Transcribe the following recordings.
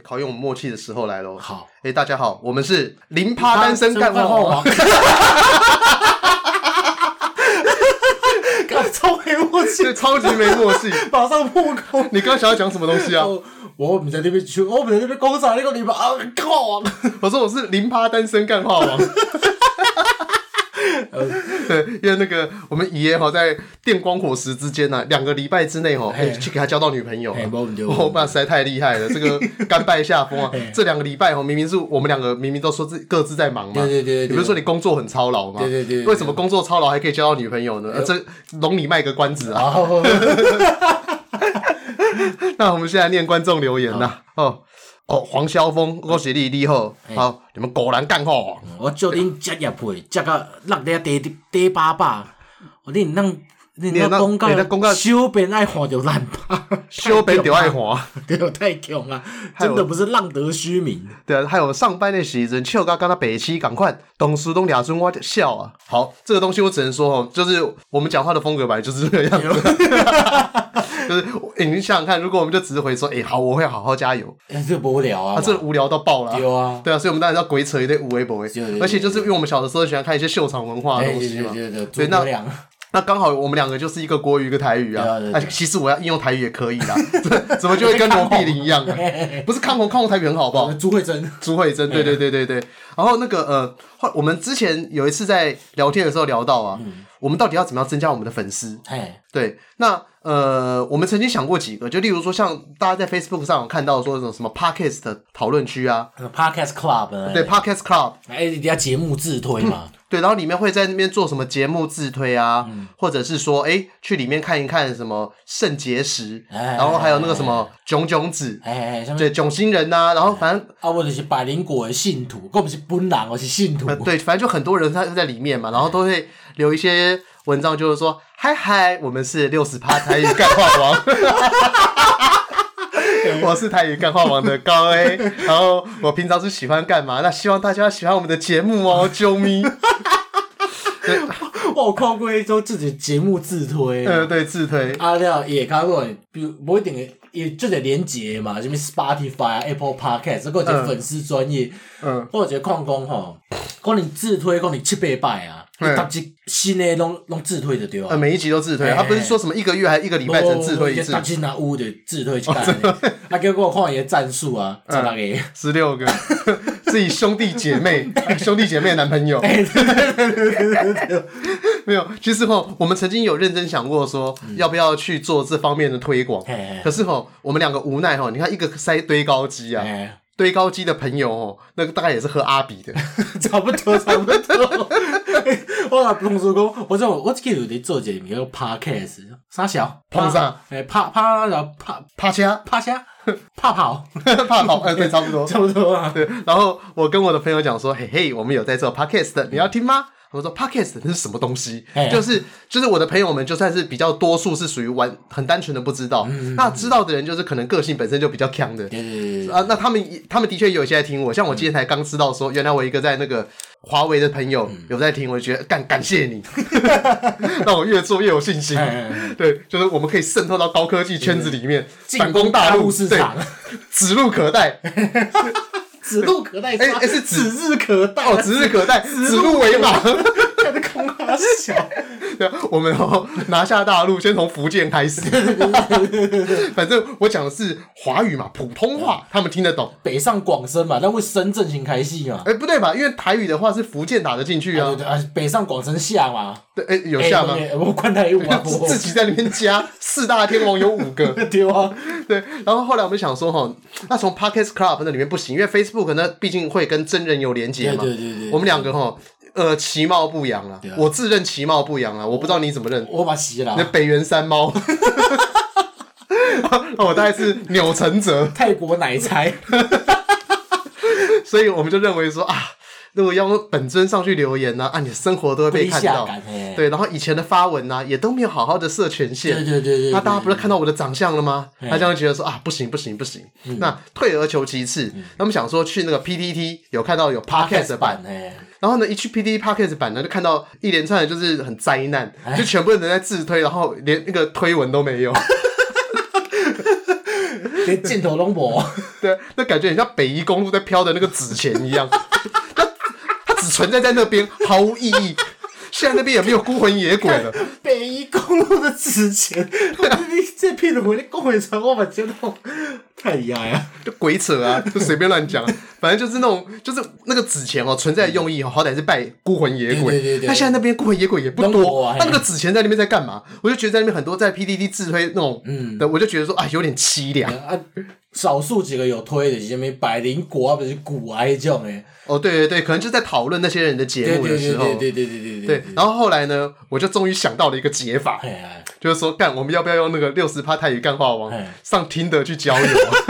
考验我们默契的时候来咯。 好， 大家好，我们是0%单身干话王。 超没默契， 对，超级没默契， 马上破功。 你刚刚想要讲什么东西啊？ 我不在那边去，我不在那边讲啥？你讲0%干话王。 我说我是0%单身干话王。对，因为那个我们爷爷在电光火石之间2个礼拜之内去给他交到女朋友我爸实在太厉害了，这个甘拜下风啊！这2个礼拜明明是我们2个明明都说各自在忙嘛， 对， 你不是说你工作很操劳吗？ 对， 为什么工作操劳还可以交到女朋友呢？这容你卖个关子啊！那我们现在念观众留言啦。黄萧峰，我是你好，好，你们果然干好。 我叫恁食业配，食到落咧地巴巴。恁讲到小便爱换就烂吧， 小便就爱换， 对，太强了，真的不是浪得虚名。 对啊，还有上班的时阵，笑到跟他北七赶快，同事都俩准我笑啊。好，这个东西我只能说就是我们讲话的风格本来就是这个样子。就是你想想看，如果我们就只是回说，好，我会好好加油， 这无聊啊， 这无聊到爆了。对啊，所以我们当然要鬼扯一堆无微博，而且就是因为我们小的时候喜欢看一些秀场文化的东西嘛， 对， 那刚好我们2个就是一个国语一个台语啊，其实我要应用台语也可以啦，怎么就会跟罗碧玲一样啊？不是康宏台语很好不好？ 朱慧珍， 对。然后那个我们之前有一次在聊天的时候聊到啊，我们到底要怎么样增加我们的粉丝？对，那我们曾经想过几个，就例如说像大家在 Facebook 上有看到说那种什么 Podcast 的讨论区啊 ，Podcast Club， 对 Podcast Club， 人家节目自推嘛。 对，然后里面会在那边做什么节目自推啊，或者是说，去里面看一看什么肾结石，然后还有那个什么囧子，对，囧星人呐，然后反正我就是百灵果的信徒，我不是本人，我是信徒。 对，反正就很多人他在里面嘛，然后都会留一些文章，就是说，嗨，我们是60%台语干话王。我是台语干话王的高 A， 然后我平常是喜欢干嘛？那希望大家喜欢我们的节目哦，啾咪。 我有看过一种自己节目自推， 对，自推。 了也看过，比如不一定的，也就得连结嘛，什么 Spotify、Apple Podcast， 这个就粉丝专业。我觉得看讲吼，可能自推可能700摆啊。每集新的拢自推的对吧？ 每一集都自推，他不是说什么1个月还1个礼拜才自推一次。 每集拿有就自推一摆，结果我看伊的战术啊，16 个，自己兄弟姐妹的男朋友。没有，其实我们曾经有认真想过说，要不要去做这方面的推广。可是我们2个无奈你看一个塞堆高机啊。堆高机的朋友那个大概也是喝阿比的， 差不多。我甲同事讲，我记得有在做一个叫 podcast， 啥小？ 碰啥？趴车， 怕跑， 对，差不多啊。对，然后我跟我的朋友讲说，嘿，我们有在做 podcast， 你要听吗？我说 podcast 那是什么东西？就是我的朋友们就算是比较多数是属于很单纯的不知道，那知道的人就是可能个性本身就比较强的。那他们的确有些在听我，像我今天才刚知道说，原来我一个在那个华为的朋友有在听，我就觉得感谢你，让我越做越有信心。对，就是我们可以渗透到高科技圈子里面，反攻大陆市场， 指路可待。 指路可待， 是指日可待指日可待，指鹿为马。 看这空话小。 对，我们拿下大陆，先从福建开始。反正我讲的是华语嘛，普通话，他们听得懂。 北上广深嘛，那会深圳型开戏嘛？ 不对吧？因为台语的话是福建打得进去啊。 对，北上广深下嘛。 对，有下吗？ 我关台语啊， 自己在那边加4大天王有5个。 对啊。 对，然后后来我们想说那从 Podcast Club 那里面不行，因为 Facebook 呢毕竟会跟真人有连结嘛。对。我们2个其貌不扬啦，我自认其貌不扬啦，我不知道你怎么认。 我把洗了。 那北原山猫。我大概是钮承泽， 泰国奶柴。 所以我们就认为说如果要本尊上去留言你的生活都会被看到。对，然后以前的发文也都没有好好的设权限。对。那大家不是看到我的长相了吗？他这样觉得说不行。那退而求其次，他们想说去那个 PTT 有看到有 Podcast 版。然后呢，一去 PTT Podcast 版呢，就看到一连串的就是很灾难，就全部人在自推，然后连那个推文都没有。 连箭头都没。 对，那感觉很像北宜公路在飘的那个纸钱一样，它只存在在那边，毫无意义。现在那边也没有孤魂野鬼了。 北宜公路的纸钱，你这片的话你讲会出，我嘛觉得太厉害啊， 就鬼扯啊，就随便乱讲。反正就是那种，就是那个纸钱存在的用意好歹是拜孤魂野鬼。 对。 那现在那边孤魂野鬼也不多，那个纸钱在那边在干嘛？我就觉得在那边很多在 PTT 自推那种，我就觉得说有点凄凉。 少数几个有推的，什么百灵果不是骨癌这种诶。 对，可能就在讨论那些人的节目的时候。 对。 然后后来呢，我就终于想到了一个解法，就是说，我们要不要用那个60%台语干话王上Tinder去交友？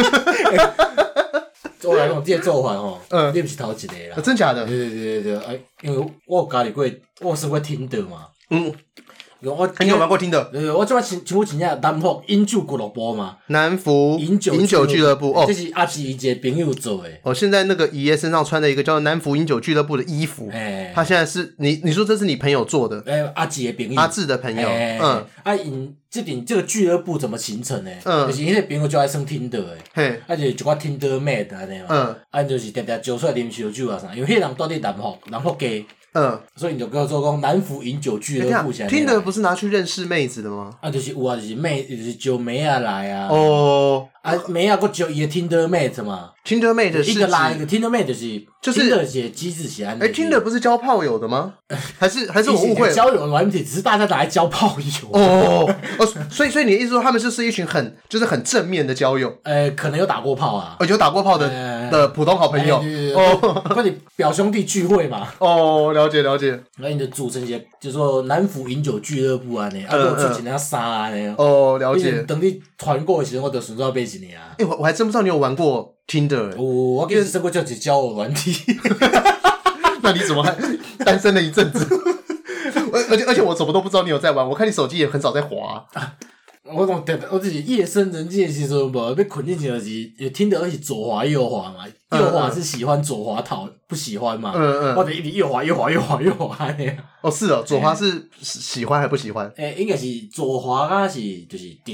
我来讲，这个做法你不是头一个啦。 真假的？ 对，因为我有加入过，我生过Tinder嘛。 你有玩过Tinder？ 我这摆像我真正南福饮酒俱乐部嘛， 南福饮酒俱乐部这是阿吉一个朋友做的。 现在那个爷爷身上穿的一个叫做南福饮酒俱乐部的衣服，他现在是你说这是你朋友做的？ 阿吉的朋友， 阿志的朋友， 这个俱乐部怎么形成的？就是迄个朋友就爱耍Tinder的，就是一寡Tinder mate 安尼嘛，就是常常招出来啉烧酒啊啥，因为迄个人住伫南福街。所以你就叫做讲南福饮酒俱乐部。 Tinder 不是拿去认识妹子的吗？ 就是有就是妹，就是招妹啊来啊。妹啊，佫招伊的 Tinder mate 嘛。 Tinder mate 是一个拉一个 Tinder mate 就是 Tinder 的机制是安。 Tinder 不是交炮友的吗？还是我误会了？ 交友软体只是大家拿来交炮友。 所以你的意思说他们就是一群很正面的交友？ 可能有打过炮啊。 有打过炮的普通好朋友。 跟你表兄弟聚会嘛。 了解。 那你就组成一个叫做南福饮酒俱乐部安尼，都出一领衫安尼。 了解。 等你团购的时候，我就顺便买一领啊。 我还真不知道你有玩过 Tinder。 我其实生过就是交友软体。 那你怎么还单身了一阵子？而且我什么都不知道你有在玩，我看你手机也很少在滑。 我就是夜深人静的时候无要困进去就是听得是左滑右滑嘛，右滑是喜欢，左滑不喜欢嘛。我就一直右滑那样。 是左滑是喜欢还不喜欢？ 应该是左滑是就是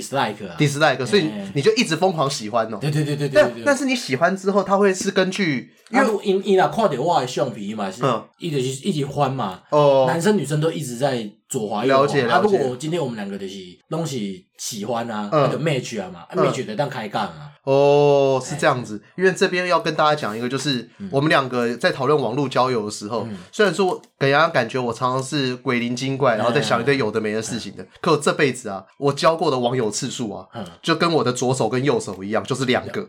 dislike， 所以你就一直疯狂喜欢。 对。 但是你喜欢之后，他会是根据因若看到我的相片嘛，是伊就是一直翻嘛。男生女生都一直在左滑右滑。了解。如果今天我们两个就是拢是喜欢啊，那就 match 啊嘛，match 就当开杠啊。 是这样子。因为这边要跟大家讲一个，就是我们两个在讨论网络交友的时候，虽然说给人家感觉我常常是鬼灵精怪，然后在想一堆有的没的事情的，可我这辈子我交过的网友次数就跟我的左手跟右手一样，就是2个。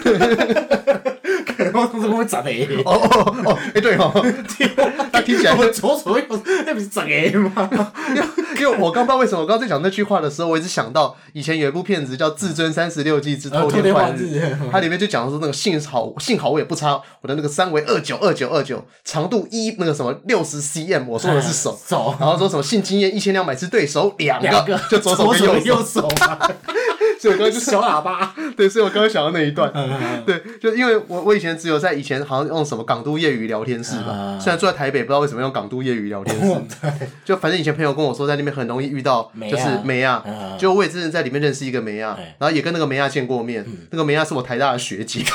我怎么会10个？ 对他听起来我左手右手，那不是10个吗？ 因为我刚不知道为什么，我刚在讲那句话的时候，我一直想到以前有一部片子叫《至尊36计之偷天换日》，它里面就讲说那个幸好我也不差，我的那个3围292929，长度那个什么60 cm， 我说的是手，然后说什么性经验1200次对手2个，就左手跟右手。所以我刚刚就小喇叭。 对，所以我刚刚想到那一段。对，就因为我以前只有在以前好像用什么港都业余聊天室吧，虽然住在台北，不知道为什么用港都业余聊天室。就反正以前朋友跟我说，在那边很容易遇到就是梅亚，就我也真的在里面认识一个梅亚，然后也跟那个梅亚见过面。那个梅亚是我台大的学姐。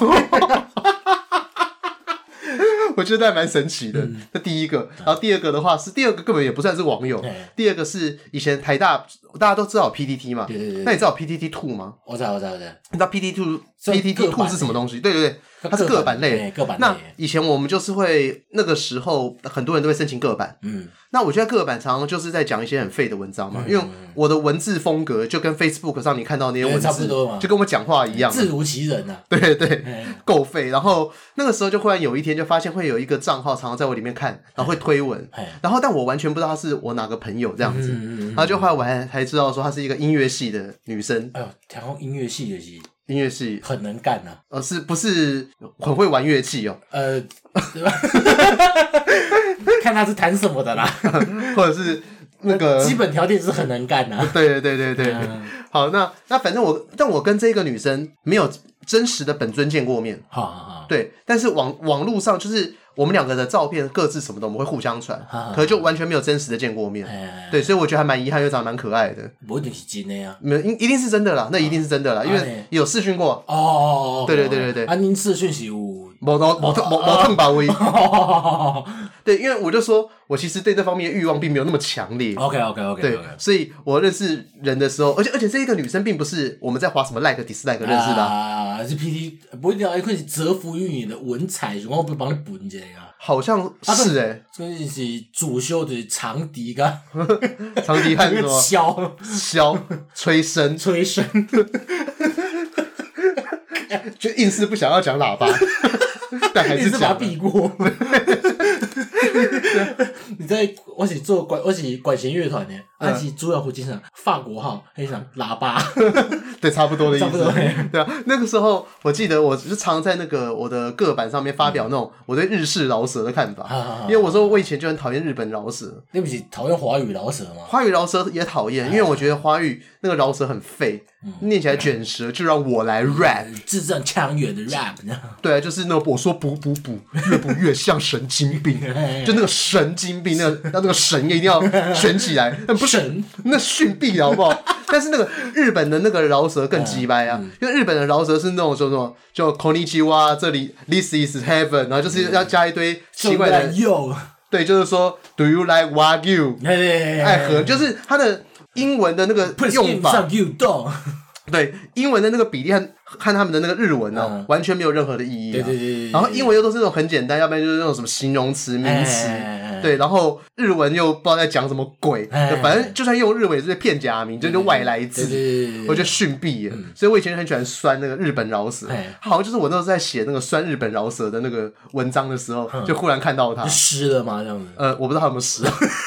我觉得还蛮神奇的。这第一个，然后第二个的话是第二个根本也不算是网友，第二个是以前台大大家都知道有 PTT 嘛？对。那你知道有 PTT 2吗？ 我知道。 你知道 PTT 2是什么东西？对，它是个版类。那以前我们就是会那个时候很多人都会申请个版。那我觉得个版常常就是在讲一些很废的文章嘛，因为我的文字风格就跟 Facebook 上你看到那些文字就跟我讲话一样， 字如其人啊。 对，够废。然后那个时候就忽然有一天就发现会有一个账号常常在我里面看，然后会推文，然后但我完全不知道他是我哪个朋友这样子，然后就后来我才知道说她是一个音乐系的女生。 然后音乐系的是。 音乐系很能干啊。 是不是很会玩乐器看他是弹什么的啦。 或者是那个基本条件是很能干的。 对，好，那反正但我跟这个女生没有真实的本尊见过面，对，但是网络上就是我们两个的照片各自什么的我们会互相传，可是就完全没有真实的见过面，对，所以我觉得还蛮遗憾，又长得蛮可爱的。 不一定是真的啊， 一定是真的啦，那一定是真的啦，因为有视讯过。对。 啊，您视讯是有没碰把威。对，因为我就说我其实对这方面的欲望并没有那么强烈。 OK。 对，所以我认识人的时候，而且这一个女生并不是我们在滑什么 like dislike 认识的啊， 是 PT 不一定要，可是折服于你的文采，我不帮你补一下啊。 好像是所以是主修的长笛噶， 长笛和什么箫、吹笙，就硬是不想要讲喇叭，但还是讲， 把它避过。你在我是管弦乐团的，而且主要负责法国号，还是喇叭， 对，差不多的意思。对啊，那个时候我记得我就常在那个我的个版上面发表那种我对日式饶舌的看法，因为我说我以前就很讨厌日本饶舌。 你不是讨厌华语饶舌吗？ 华语饶舌也讨厌，因为我觉得华语那个饶舌很废，念起来卷舌，就让我来 rap， 字正腔圆的 rap。 对啊，就是那我说补，越补越像神经病，就那个神经病，那个神也一定要卷起来，不神那逊毙了好不好？但是那个日本的那个饶舌更鸡掰啊，因为日本的饶舌是那种说什么就 konnichiwa 这里 this is heaven， 然后就是要加一堆奇怪的对，就是说 do you like wagyu 爱喝，就是他的英文的那个用法。对，英文的那个比例和他们的那个日文呢，完全没有任何的意义。 对。 然后英文又都是那种很简单，要不然就是那种什么形容词、名词。对，然后日文又不知道在讲什么鬼，反正就算用日文也是片假名，就是外来字，我觉得逊毙了。所以我以前很喜欢酸那个日本饶舌，好像就是我那时候在写那个酸日本饶舌的那个文章的时候，就忽然看到他湿了吗？这样子？ 我不知道他有没有湿。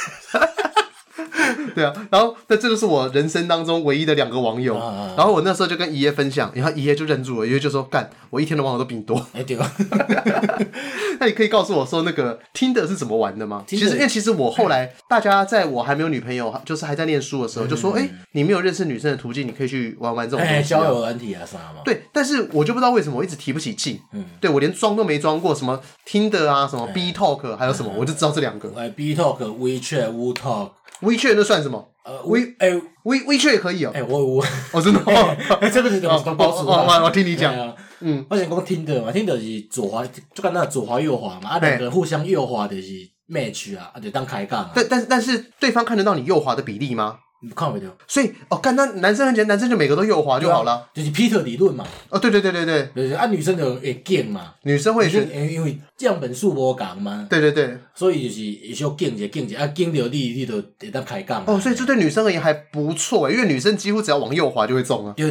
对啊，然后这就是我人生当中唯一的2个网友，然后我那时候就跟爷爷分享，然后爷爷就认住了，爷爷就说干，我一天的网友都比你多。 对吧？ 那你可以告诉我说那个 Tinder 是怎么玩的吗？因为其实我后来大家在我还没有女朋友，就是还在念书的时候，就说你没有认识女生的途径，你可以去玩这种东西， 交友软体啊啥嘛。 对，但是我就不知道为什么我一直提不起劲。对，我连装都没装过，什么 Tinder 啊，什么 B Talk 还有什么，我就知道这2个。 B Talk、WeChat、Wu Talk。WeChat 那算什么？WeChat 也可以哦。我真的这个是怎么包出来？ 我听你讲。 我先讲 Tinder 嘛 ，Tinder 是左滑，就简单左滑右滑嘛，2个人互相右滑就是 match 啊，就当开杠。 但是对方看得到你右滑的比例吗？ 看不到。 所以干那男生很简单，男生就每个都右滑就好了。 就是 Peter 理论嘛。 对。 女生就会紧嘛。 女生会因为样本数无同嘛。 对。 所以就是会小紧一下，紧到你就会当开杠。 所以这对女生而言还不错因为女生几乎只要往右滑就会中啊。 对。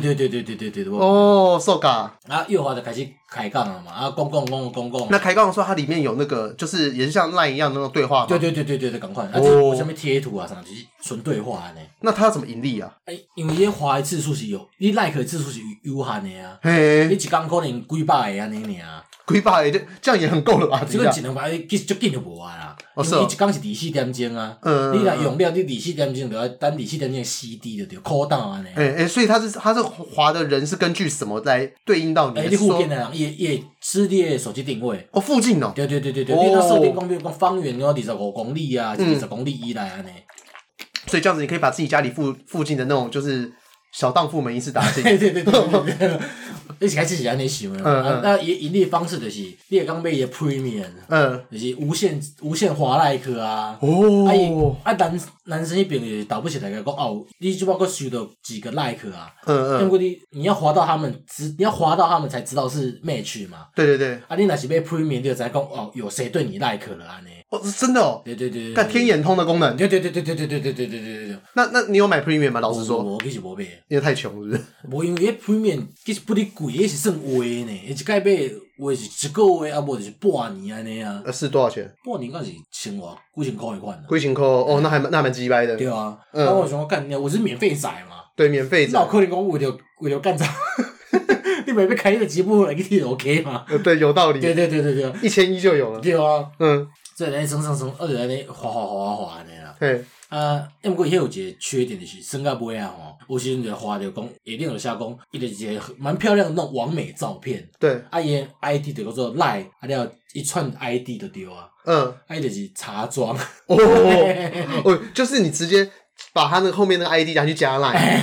so ga。 右滑就开始开杠了嘛，讲。 那开杠的时候，它里面有那个，就是也是像 LINE 一样的那种对话吗？ 对，赶快。有什么贴图啊啥，就是纯对话呢。 那它要怎么盈利啊？ 因为你滑的次数是有，你 like 的次数是有限的啊。你一天可能几百个安尼尔。 几百个这样也很够了吧？ 这个100个其实足紧就无啊啦。因为你一天是24点钟啊。你若用了，你24点钟就要等24点钟CD 就对，call down安尼。 所以他是滑的人是根据什么来对应到你？ 你附近的人也是你的手机定位。 附近哦。 对。你那设定讲，比如讲方圆有25公里啊，20公里以内安尼。 所以这样子，你可以把自己家里附近的那种就是小荡妇们一次打进。 对。你一开始是安尼想的，那盈利方式就是你会讲买一个 premium， 就是无限滑 like 啊。男生那边也倒不起来讲你只不过收到几个 like 啊。因为你要滑到他们才知道是 match 嘛。 对。 你若是买 premium， 你就知道讲有谁对你 like 了安尼。 是真的哦。 对。 看天眼通的功能。 对。 那你有买 premium 吗？老实说。 我其实无买。 因为太穷是不是？ 无，因为迄 premium 其实不哩贵，迄是算话呢。一届买话是1个月，啊无就是半年安尼啊。 是多少钱？ 半年敢是1000外，几千块一款。 几千块那还蛮鸡掰的。 对啊。我想干，我是免费仔嘛。 对，免费仔。 那有可能讲为了干啥？你免费开那个节目来去 OK 嘛？ 对，有道理。 对。 1100就有了。 对啊。 嗯。 这来升，而且来滑安尼啦。 对。 不过迄有一个缺点就是升到尾啊吼，有时阵就滑着讲，下顶就写讲，伊就是一个蛮漂亮的那种完美照片。 对， 伊的 ID 就叫做 Line， 了一串 ID 就对啊。伊就是茶庄。 就是你直接把他那个后面那个 ID 拿去加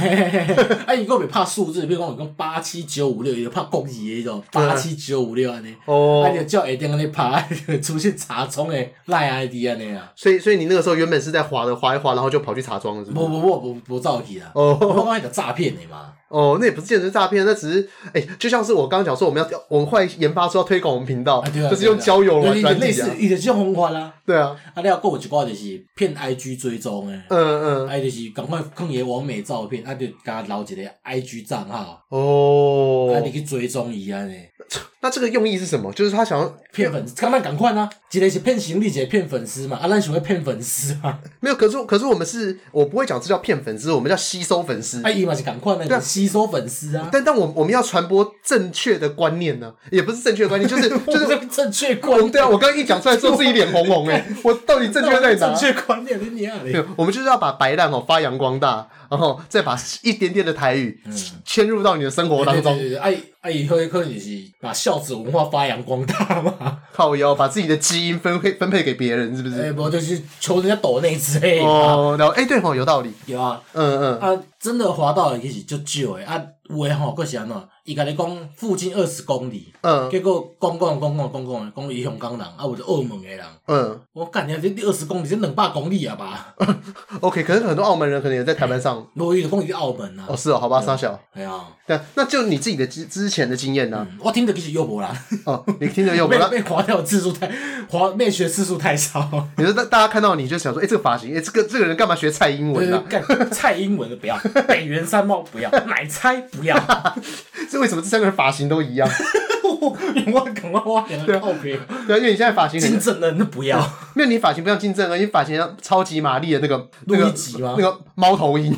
Line。 伊个袂拍数字，比如讲有讲87956，伊就拍国语的迄种87956安尼。你就叫下顶安尼拍，就出现茶庄的 Line ID 安尼啊。 所以你那个时候原本是在滑一滑，然后就跑去茶庄了，是不是？ 无走去啊。我讲迄个诈骗的嘛。 那也不是简直诈骗，那只是就像是我刚刚讲说，我们后来研发出要推广我们频道，就是用交友软体啊， 类似，伊就这种方法啦。 对啊， 了，还有一寡就是骗 IG 追踪诶，就是赶快放伊完美照片，就给他留一个 IG 账号，你去追踪伊安尼。 那这个用意是什么？就是他想要骗粉丝，刚刚赶快啊！一个是骗行李，一个骗粉丝嘛。咱想要骗粉丝嘛？ 没有，可是我不会讲这叫骗粉丝，我们叫吸收粉丝。 伊嘛是赶快那个吸收粉丝啊。 但我们要传播正确的观念呢，也不是正确的观念，就是正确观念。 对啊，我刚刚一讲出来之后，自己脸红红我到底正确在哪？ 正确观念你啊！ 我们就是要把白烂发扬光大，然后再把一点点的台语嵌入到你的生活当中。 对，以后可能就是把孝子文化发扬光大嘛。 靠腰，把自己的基因分配给别人，是不是？ 不就是求人家抖内之类的。 然后对有道理。 有啊。真的滑到的其实就少的有的还是安怎？伊甲你讲附近20公里，结果讲伊香港人，有一个澳门的人，我干你这20公里，这200公里啊吧 ？OK， 可是很多澳门人可能也在台湾上， 无伊就讲伊在澳门啊。 是好吧，傻小。 对啊。 对，那就你自己的之前的经验呢？ 我听的其实又无啦。 你听的又无啦？ 被滑掉的次数被学次数太少。 你说大家看到你就想说，这个发型，这个人干嘛学蔡英文啊？ 蔡英文的不要，北原山猫不要，奶猜不要。 这为什么这3个人发型都一样？ 我赶快挖点靠边。 对，因为你现在发型金正恩的不要， 没有你发型不像金正恩，你发型像超级玛丽的那个吗？ 那个猫头鹰。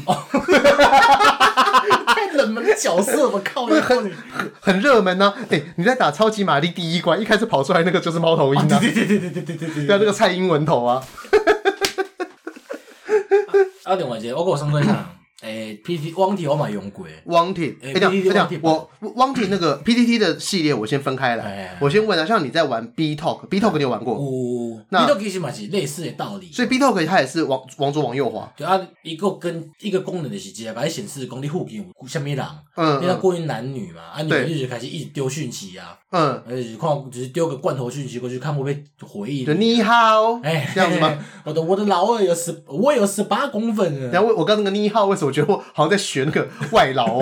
太冷门的角色了，靠！ 很热门啊！你在打超级玛丽第1关，一开始跑出来那个就是猫头鹰啊！ 对， 那个蔡英文头啊！ 另外一个我有上过啥？PT 网体我嘛用过。 网体，我网体那个 PTT 的系列我先分开来。我先问啊，像你在玩 B Talk 你有玩过？ 有。B Talk 其实嘛是类似的道理。 所以 B Talk 它也是往左往右滑。 对啊，一个功能就是直接把它显示讲你附近有啥物人，你要过于男女嘛，女的就开始一直丢讯息啊。就是丢个罐头讯息过去，看会不会回应。 就你好，这样子吗？ 我的老二我有18公分。 然后我刚那个你好，为什么我觉得我好像在学那个外劳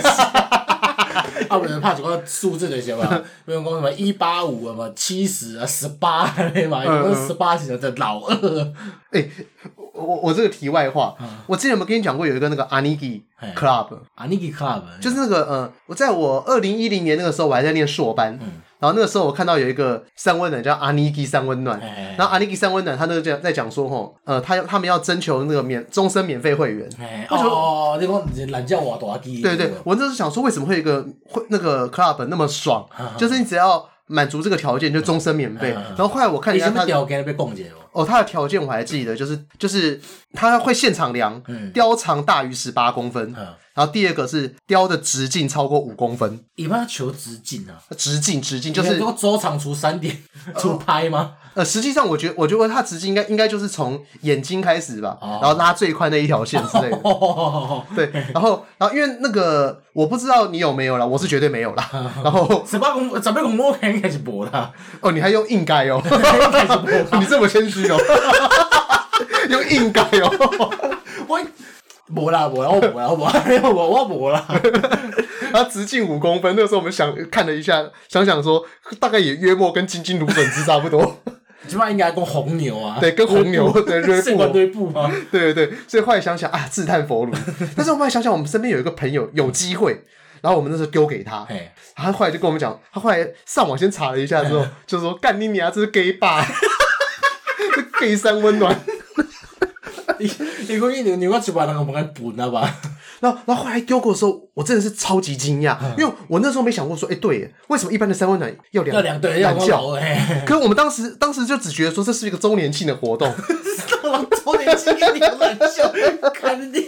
我们怕几个数字就是嘛，比如讲什么185啊嘛，70啊，18嘛，有18是的老二。 我这个题外话，我之前有没有跟你讲过有一个那个 Aniki Club， 就是那个我2010年那个时候我还在念硕班，然后那个时候我看到有一个三温暖叫 Aniki 三温暖，然后 Aniki 三温暖他那个在讲说他们要征求那个终身免费会员。 你讲懒觉瓦大机。 对，我那时候想说为什么会有一个那个 club 那么爽，就是你只要满足这个条件就终身免费。然后后来我看一下他条件被讲解他的条件我还记得，就是他会现场量雕长大于18公分，然后第二个是雕的直径超过5公分。 一般要求直径啊？ 直径就是周长除3点除拍吗？ 实际上我觉得它直径应该就是从眼睛开始吧，然后拉最宽的一条线之类的。对，然后因为那个我不知道你有没有啦，我是绝对没有啦。然后 18公分应该是没啦。 你还用应该你这么谦虚用应该我没啦，我没啦。 它直径5公分，那个时候我们看了一下，想说大概也约莫跟金金芦笋汁差不多。 基本上应该跟红牛啊， 对，跟红牛对锐步吗？ 对，所以后来想想啊，自叹佛鲁。但是我们后来想想，我们身边有一个朋友有机会，然后我们那时候丢给他，他后来就跟我们讲，他后来上网先查了一下之后，就说干你娘，这是 gay bar， gay 三温暖。 你讲我100人不敢笨啊吧？ 然后后来丢过的时候，我真的是超级惊讶，因为我那时候没想过说，对，为什么一般的三温暖要两对要叫？可是我们当时就只觉得说这是一个周年庆的活动， 充电器给你冷笑，看你。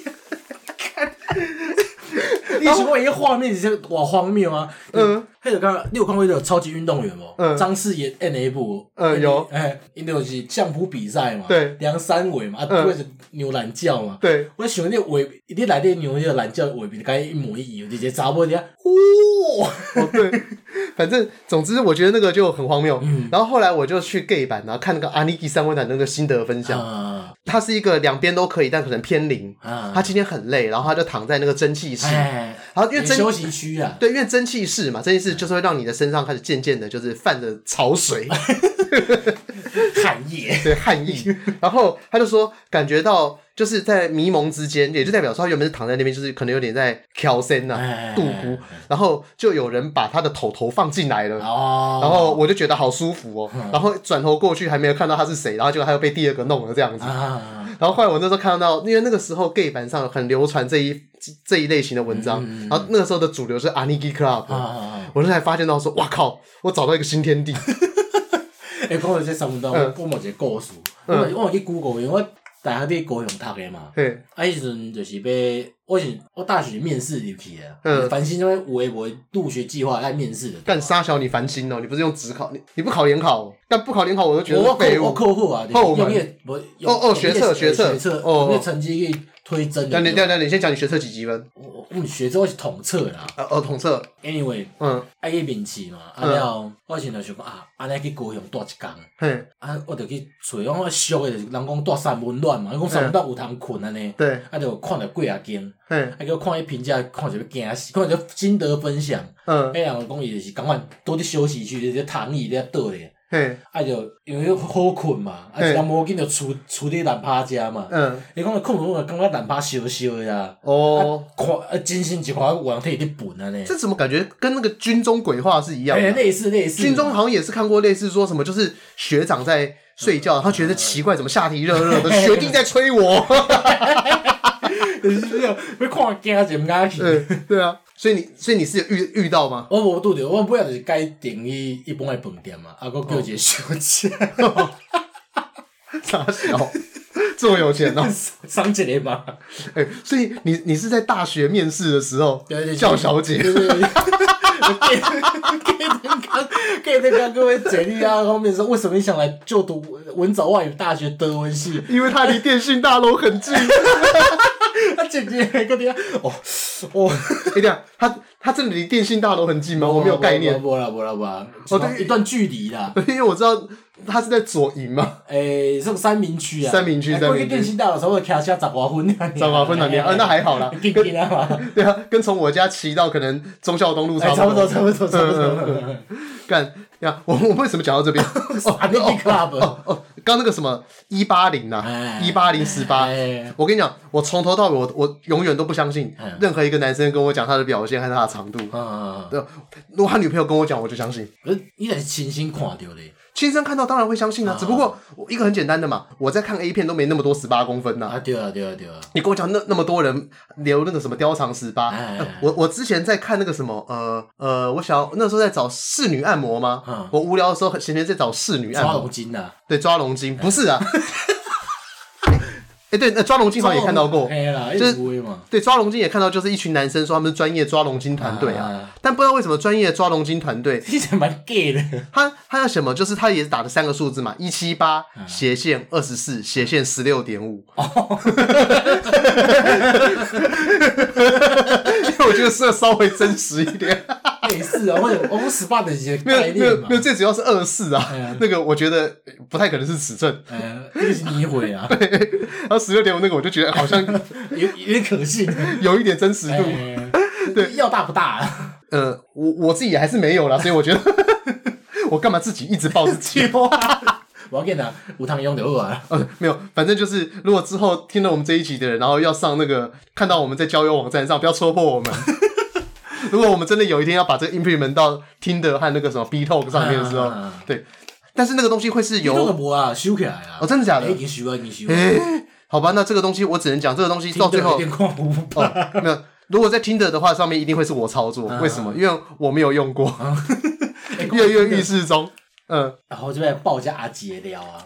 你想过一个画面是多荒谬啊？迄就讲你有看过那个超级运动员无？张世妍演那部， 有， 因就是相扑比赛嘛， 对， 量三围嘛，或者是牛懒觉嘛， 对， 我想你围，你内底牛那个懒觉围比甲一模一样，直接查某底下， 对，反正总之我觉得那个就很荒谬。然后后来我就去 gay 版，然后看那个阿尼基三温暖那个心得分享，他是一个两边都可以，但可能偏零。他今天很累，然后他就躺在那个蒸汽室，然后因为休息区啊， 对，因为蒸汽室嘛，蒸汽室就是会让你的身上开始渐渐的，就是泛着潮水， 汗液， 对，汗液。然后他就说，感觉到就是在迷蒙之间，也就代表说他原本是躺在那边，就是可能有点在挑身啊、度咕，然后就有人把他的头放进来了，然后我就觉得好舒服哦。然后转头过去还没有看到他是谁，然后结果他又被第二个弄了这样子。然后后来我那时候看到，因为那个时候 gay 版上很流传这一类型的文章，然后那个时候的主流是 Aniki Club，我那才发现到说，哇靠，我找到一个新天地。 讲到这三分钟，我有一个故事，我有去 Google， 因为我大学伫高雄读的嘛，迄时阵就是我大学面试入去的，繁星因为有诶无入学计划爱面试的。 干啥小你繁星哦？你不是用指考，你不考联考，但不考联考我都觉得废物。 我考好啊， 用学测， 用那成绩去推甄。 等你先讲你学测几分？ 我学测我是统测啦。 统测。 Anyway，爱去面试嘛，了我先就想讲安尼去高雄住一工，我就去找，我俗诶，人讲住三温暖嘛，讲三温暖有通困安尼， 对， 就看着几啊间。叫看迄评价，看就要惊死，看就心得分享。迄人讲伊就是赶快倒伫休息区，咧躺椅咧倒咧。就因为好困嘛，一人无紧就厝伫懒趴食嘛。伊讲困困感觉懒趴烧烧的啊。看真心一看有人替伊伫笨安尼。 这怎么感觉跟那个军中鬼话是一样的？ 类似。 军中好像也是看过类似说什么，就是学长在睡觉，他觉得奇怪，怎么下体热热的，学弟在催我。 就是要看惊就唔敢去。 对啊，所以你是有遇到吗？ 我无拄着，我尾仔就是改订去一般的饭店嘛，搁叫一个小姐。 傻小，这么有钱哦， 赏一个嘛。 所以你是在大学面试的时候叫小姐。 给那个各位简历啊，后面说为什么你想来就读文藻外语大学德文系？ 因为他离电信大楼很近。 他姐姐个地方等一下，他真的离电信大楼很近吗？我没有概念。 没啦，对，一段距离啦。 因为我知道他是在左营嘛。 这种三民区啊。 三民区。 过去电信大楼差不多骑车10多分。 10多分那还好啦。对啊，跟从我家骑到可能忠孝东路差不多。 差不多。 干呀！我为什么讲到这边 ？Aniki Club。 刚那个什么180啊，18018，我跟你讲，我从头到尾我永远都不相信任何一个男生跟我讲他的表现和他的长度。对，如果他女朋友跟我讲，我就相信。 你才是亲身看到的。 亲身看到当然会相信啊，只不过一个很简单的嘛，我在看 A 片都没那么多18公分呐。 对啊。 你跟我讲那么多人留那个什么貂长18，我之前在看那个什么我那时候在找侍女按摩吗？我无聊的时候闲闲在找侍女按摩。 抓龙筋啊？ 对，抓龙筋不是啊。对，抓龙筋好像也看到过， 就是对抓龙筋也看到，就是一群男生说他们是专业抓龙筋团队啊，但不知道为什么专业抓龙筋团队其实蛮 gay 的。 他要什么？就是他也是打的3个数字嘛，178斜线24斜线16.5。因为我觉得是稍微真实一点。 类似啊，或者我们18的一些概念嘛。 没有，最主要是24啊。那个我觉得不太可能是尺寸。 那个是你毁啊。 对，然后16.5那个我就觉得好像有点可信，有一点真实度。 对，要大不大啊？ 我自己也还是没有啦，所以我觉得我干嘛自己一直抱自己？ 我要跟你讲，无糖用就好啊。 没有，反正就是如果之后听了我们这一集的人，然后要上那个看到我们在交友网站上，不要戳破我们。如果我们真的有一天要把这个 implement 到 Tinder 和那个什么 BeeTalk 上面的时候，对，但是那个东西会是由 BeeTalk 啊收起来啊。 真的假的？ 已经收了。 好吧，那这个东西我只能讲，这个东西到最后没有。如果在 Tinder 的话，上面一定会是我操作。为什么？因为我没有用过，跃跃欲试中。 然后这边报一下阿杰聊啊。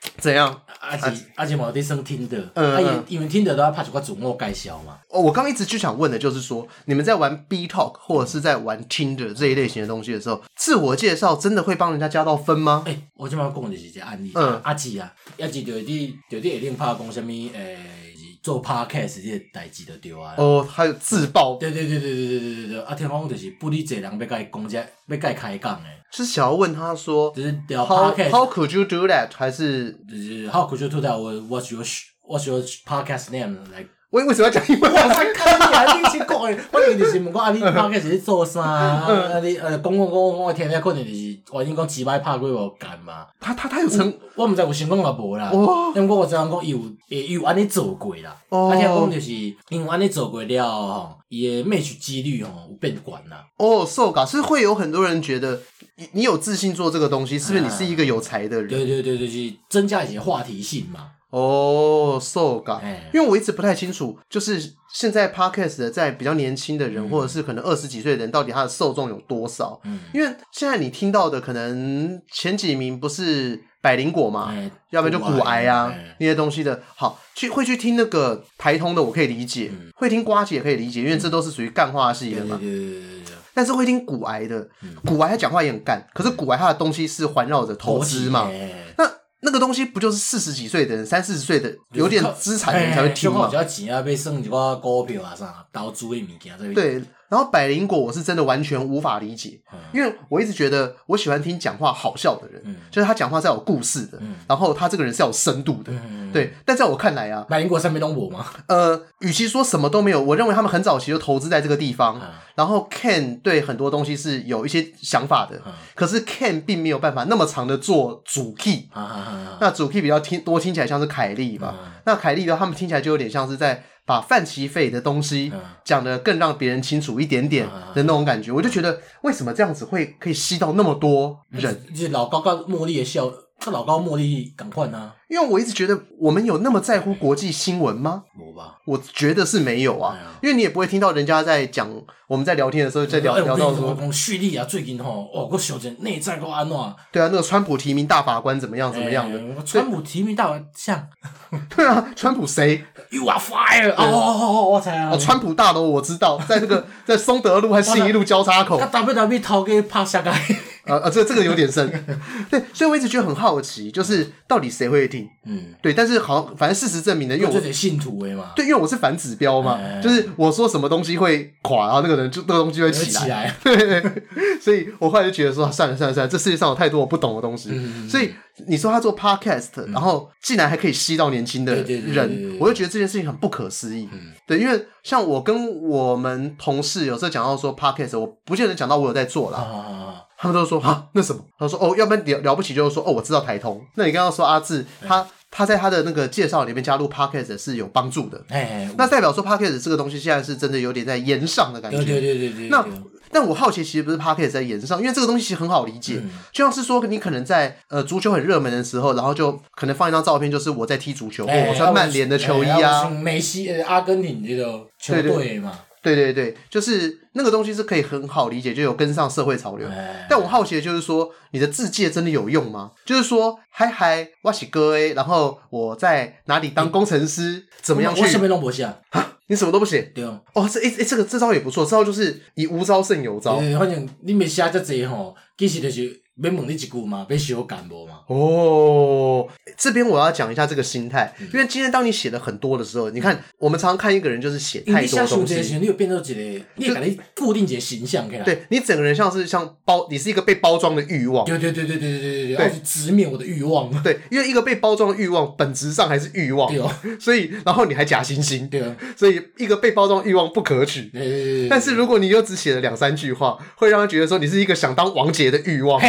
怎样？ 而且嘛有在耍 Tinder，因为 Tinder 都要拍一个自我介绍嘛。 我刚一直就想问的就是说，你们在玩 B Talk 或者是在玩 Tinder 这一类型的东西的时候，自我介绍真的会帮人家加到分吗？ 我今嘛讲的就是一个案例，阿姊就会伫下顶拍讲什么做 podcast 这个代志就对啊。 还有自爆。 对。听讲就是不哩侪人要甲伊讲要甲伊开讲诶。 是想要问他说， 就是聊 podcast。 How could you do that？ 还是就是 How could you do that？ What's your podcast name？ Like 为什么要讲英文？ 我才看你啊！你先讲诶，我以为就是问讲你 podcast 是做啥？你讲，听了可能就是原因讲几摆拍过无干嘛？ 他有成， 我毋知有成功也无啦。因为我知影讲伊有安尼做过啦。听讲就是因为安尼做过了吼，伊诶 match 几率吼有变悬啦。 受感是会有很多人觉得你有自信做这个东西，是不是你是一个有才的人？ 对，就是增加一些话题性嘛。 受感，因为我一直不太清楚，就是现在 podcast 在比较年轻的人，或者是可能20几岁的人，到底他的受众有多少？因为现在你听到的可能前几名不是百灵果嘛，要不然就股癌啊那些东西的。好，会去听那个台通的，我可以理解；会听呱吉也可以理解，因为这都是属于干话系的嘛。但是会听股癌的，股癌他讲话也很干，可是股癌他的东西是环绕着投资嘛，那个东西不就是40几岁的人、30-40岁的有点资产的人才会听吗？ 比较钱啊，要算一个股票啊啥投资的物件。 对，然后百灵果我是真的完全无法理解，因为我一直觉得我喜欢听讲话好笑的人，就是他讲话是要有故事的，然后他这个人是要有深度的，对。但在我看来啊， 百灵果上面都无吗？ 与其说什么都没有，我认为他们很早期就投资在这个地方，然后 Ken 对很多东西是有一些想法的，可是 Ken 并没有办法那么长的做主 key，那主 key 比较听起来像是凯莉吧，那凯莉的他们听起来就有点像是在把范琪斐的东西讲得更让别人清楚一点点的那种感觉，我就觉得为什么这样子可以吸到那么多人？ 就是老高跟茉莉的笑，跟老高茉莉赶快啊！ 因为我一直觉得我们有那么在乎国际新闻吗？ 没吧？ 我觉得是没有啊，因为你也不会听到人家在讲，我们在聊天的时候在聊到说， 叙利亚最近我想着内战够安怎？ 对啊，那个川普提名大法官怎么样的？ 川普提名大法像， 对啊，川普谁 ？You are fired！ 我猜啊， 川普大楼我知道，在那个在松德路和信义路交叉口。 WWE 头给拍下来。 这个有点深，对，所以我一直觉得很好奇，就是到底谁会听？对，但是好像反正事实证明呢，因为我是信徒嘛， 对，因为我是反指标嘛，就是我说什么东西会垮，然后那个人就那个东西会起来，对，所以我后来就觉得说，算了，这世界上有太多我不懂的东西，所以你说他做 podcast，然后竟然还可以吸到年轻的人，我就觉得这件事情很不可思议，对，因为像我跟我们同事有时候讲到说 podcast， 我不见得讲到我有在做啦。他们都说那什么？他说要不然了不起就是说我知道台通。那你刚刚说阿志他在他的那个介绍里面加入 podcast 是有帮助的，那代表说 podcast 这个东西现在是真的有点在延上的感觉。 对。 但我好奇其实不是 podcast 在延上，因为这个东西其实很好理解，就像是说你可能在足球很热门的时候，然后就可能放一张照片，就是我在踢足球，我穿曼联的球衣啊， 梅西阿根廷这个球队嘛。 对，就是那个东西是可以很好理解，就有跟上社会潮流。但我好奇的就是说，你的自介真的有用吗？就是说，嗨，我是哥然后我在哪里当工程师，怎么样去？ 我什么都不写啊， 你什么都不写？ 对哦。 这招也不错，这招就是以无招胜有招。 反正你没写这济吼，其实就是要问你一句嘛，要修改无嘛。 这边我要讲一下这个心态，因为今天当你写的很多的时候，你看我们常常看一个人就是写太多东西， 你有变成一个，你也给你固定一个形象，可以啦。 对，你整个人像你是一个被包装的欲望。 对，要去直面我的欲望。 对，因为一个被包装的欲望，本质上还是欲望。对所以然后你还假惺惺。对所以一个被包装的欲望不可取。对。但是如果你又只写了2-3句话，会让他觉得说你是一个想当王杰的欲望。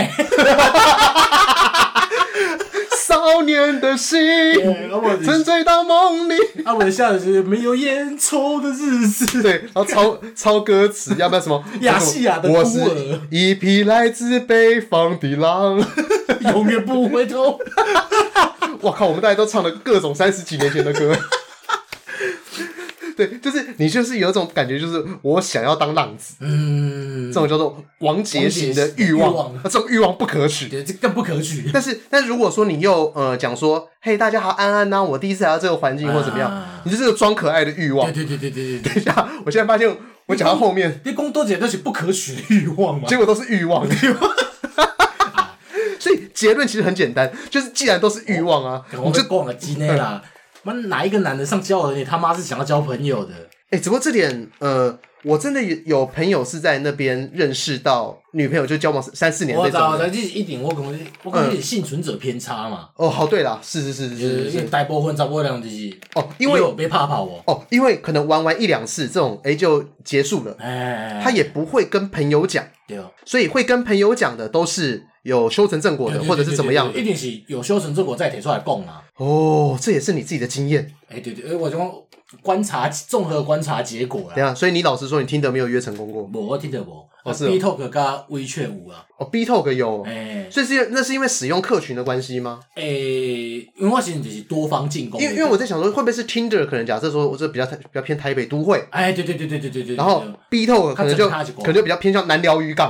少年的心沉醉到梦里。 我下的是没有烟抽的日子。 对，然后抄歌词，要不然什么亚细亚的孤儿， 我是一匹来自北方的狼， 永远不回头。 我靠，我们大家都唱了各种30几年前的歌。 对，就是你就是有一种感觉，就是我想要当浪子，这种叫做王杰型的欲望，这种欲望不可取， 对，这更不可取。 但是如果说你又讲说，嘿，大家好，安安呐，我第一次来到这个环境或怎么样，你就是个装可爱的欲望。 对。 等一下，我现在发现我讲到后面， 你讲多几都是不可取的欲望嘛， 结果都是欲望。所以结论其实很简单，就是既然都是欲望啊， 你就讲个真的啦。哪一个男的上交友，你他妈是想要交朋友的？ 只不过这点我真的有朋友是在那边认识到女朋友，就交往3-4年那种。 我知一定我可能幸存者偏差嘛。 哦，好，对啦，是， 因为大部分查某人就是因为被怕跑因为可能玩1-2次这种就结束了，他也不会跟朋友讲，对，所以会跟朋友讲的都是有修成正果的，或者是怎么样的， 一定是有修成正果再提出来讲啊。 哦，这也是你自己的经验。 对，我就讲综合观察结果啦。 对啊，所以你老实说，你听得没有约成功过？ 没，我听得没。 是 BeeTalk 加WeChat 有啊。 BeeTalk 有。所以那是因为使用客群的关系吗？ 因为我现在就是多方进攻。 因为我在想说，会不会是 Tinder 可能假设说，我这比较偏台北都会。 对。 然后 BeeTalk 可能就比较偏向南寮渔港。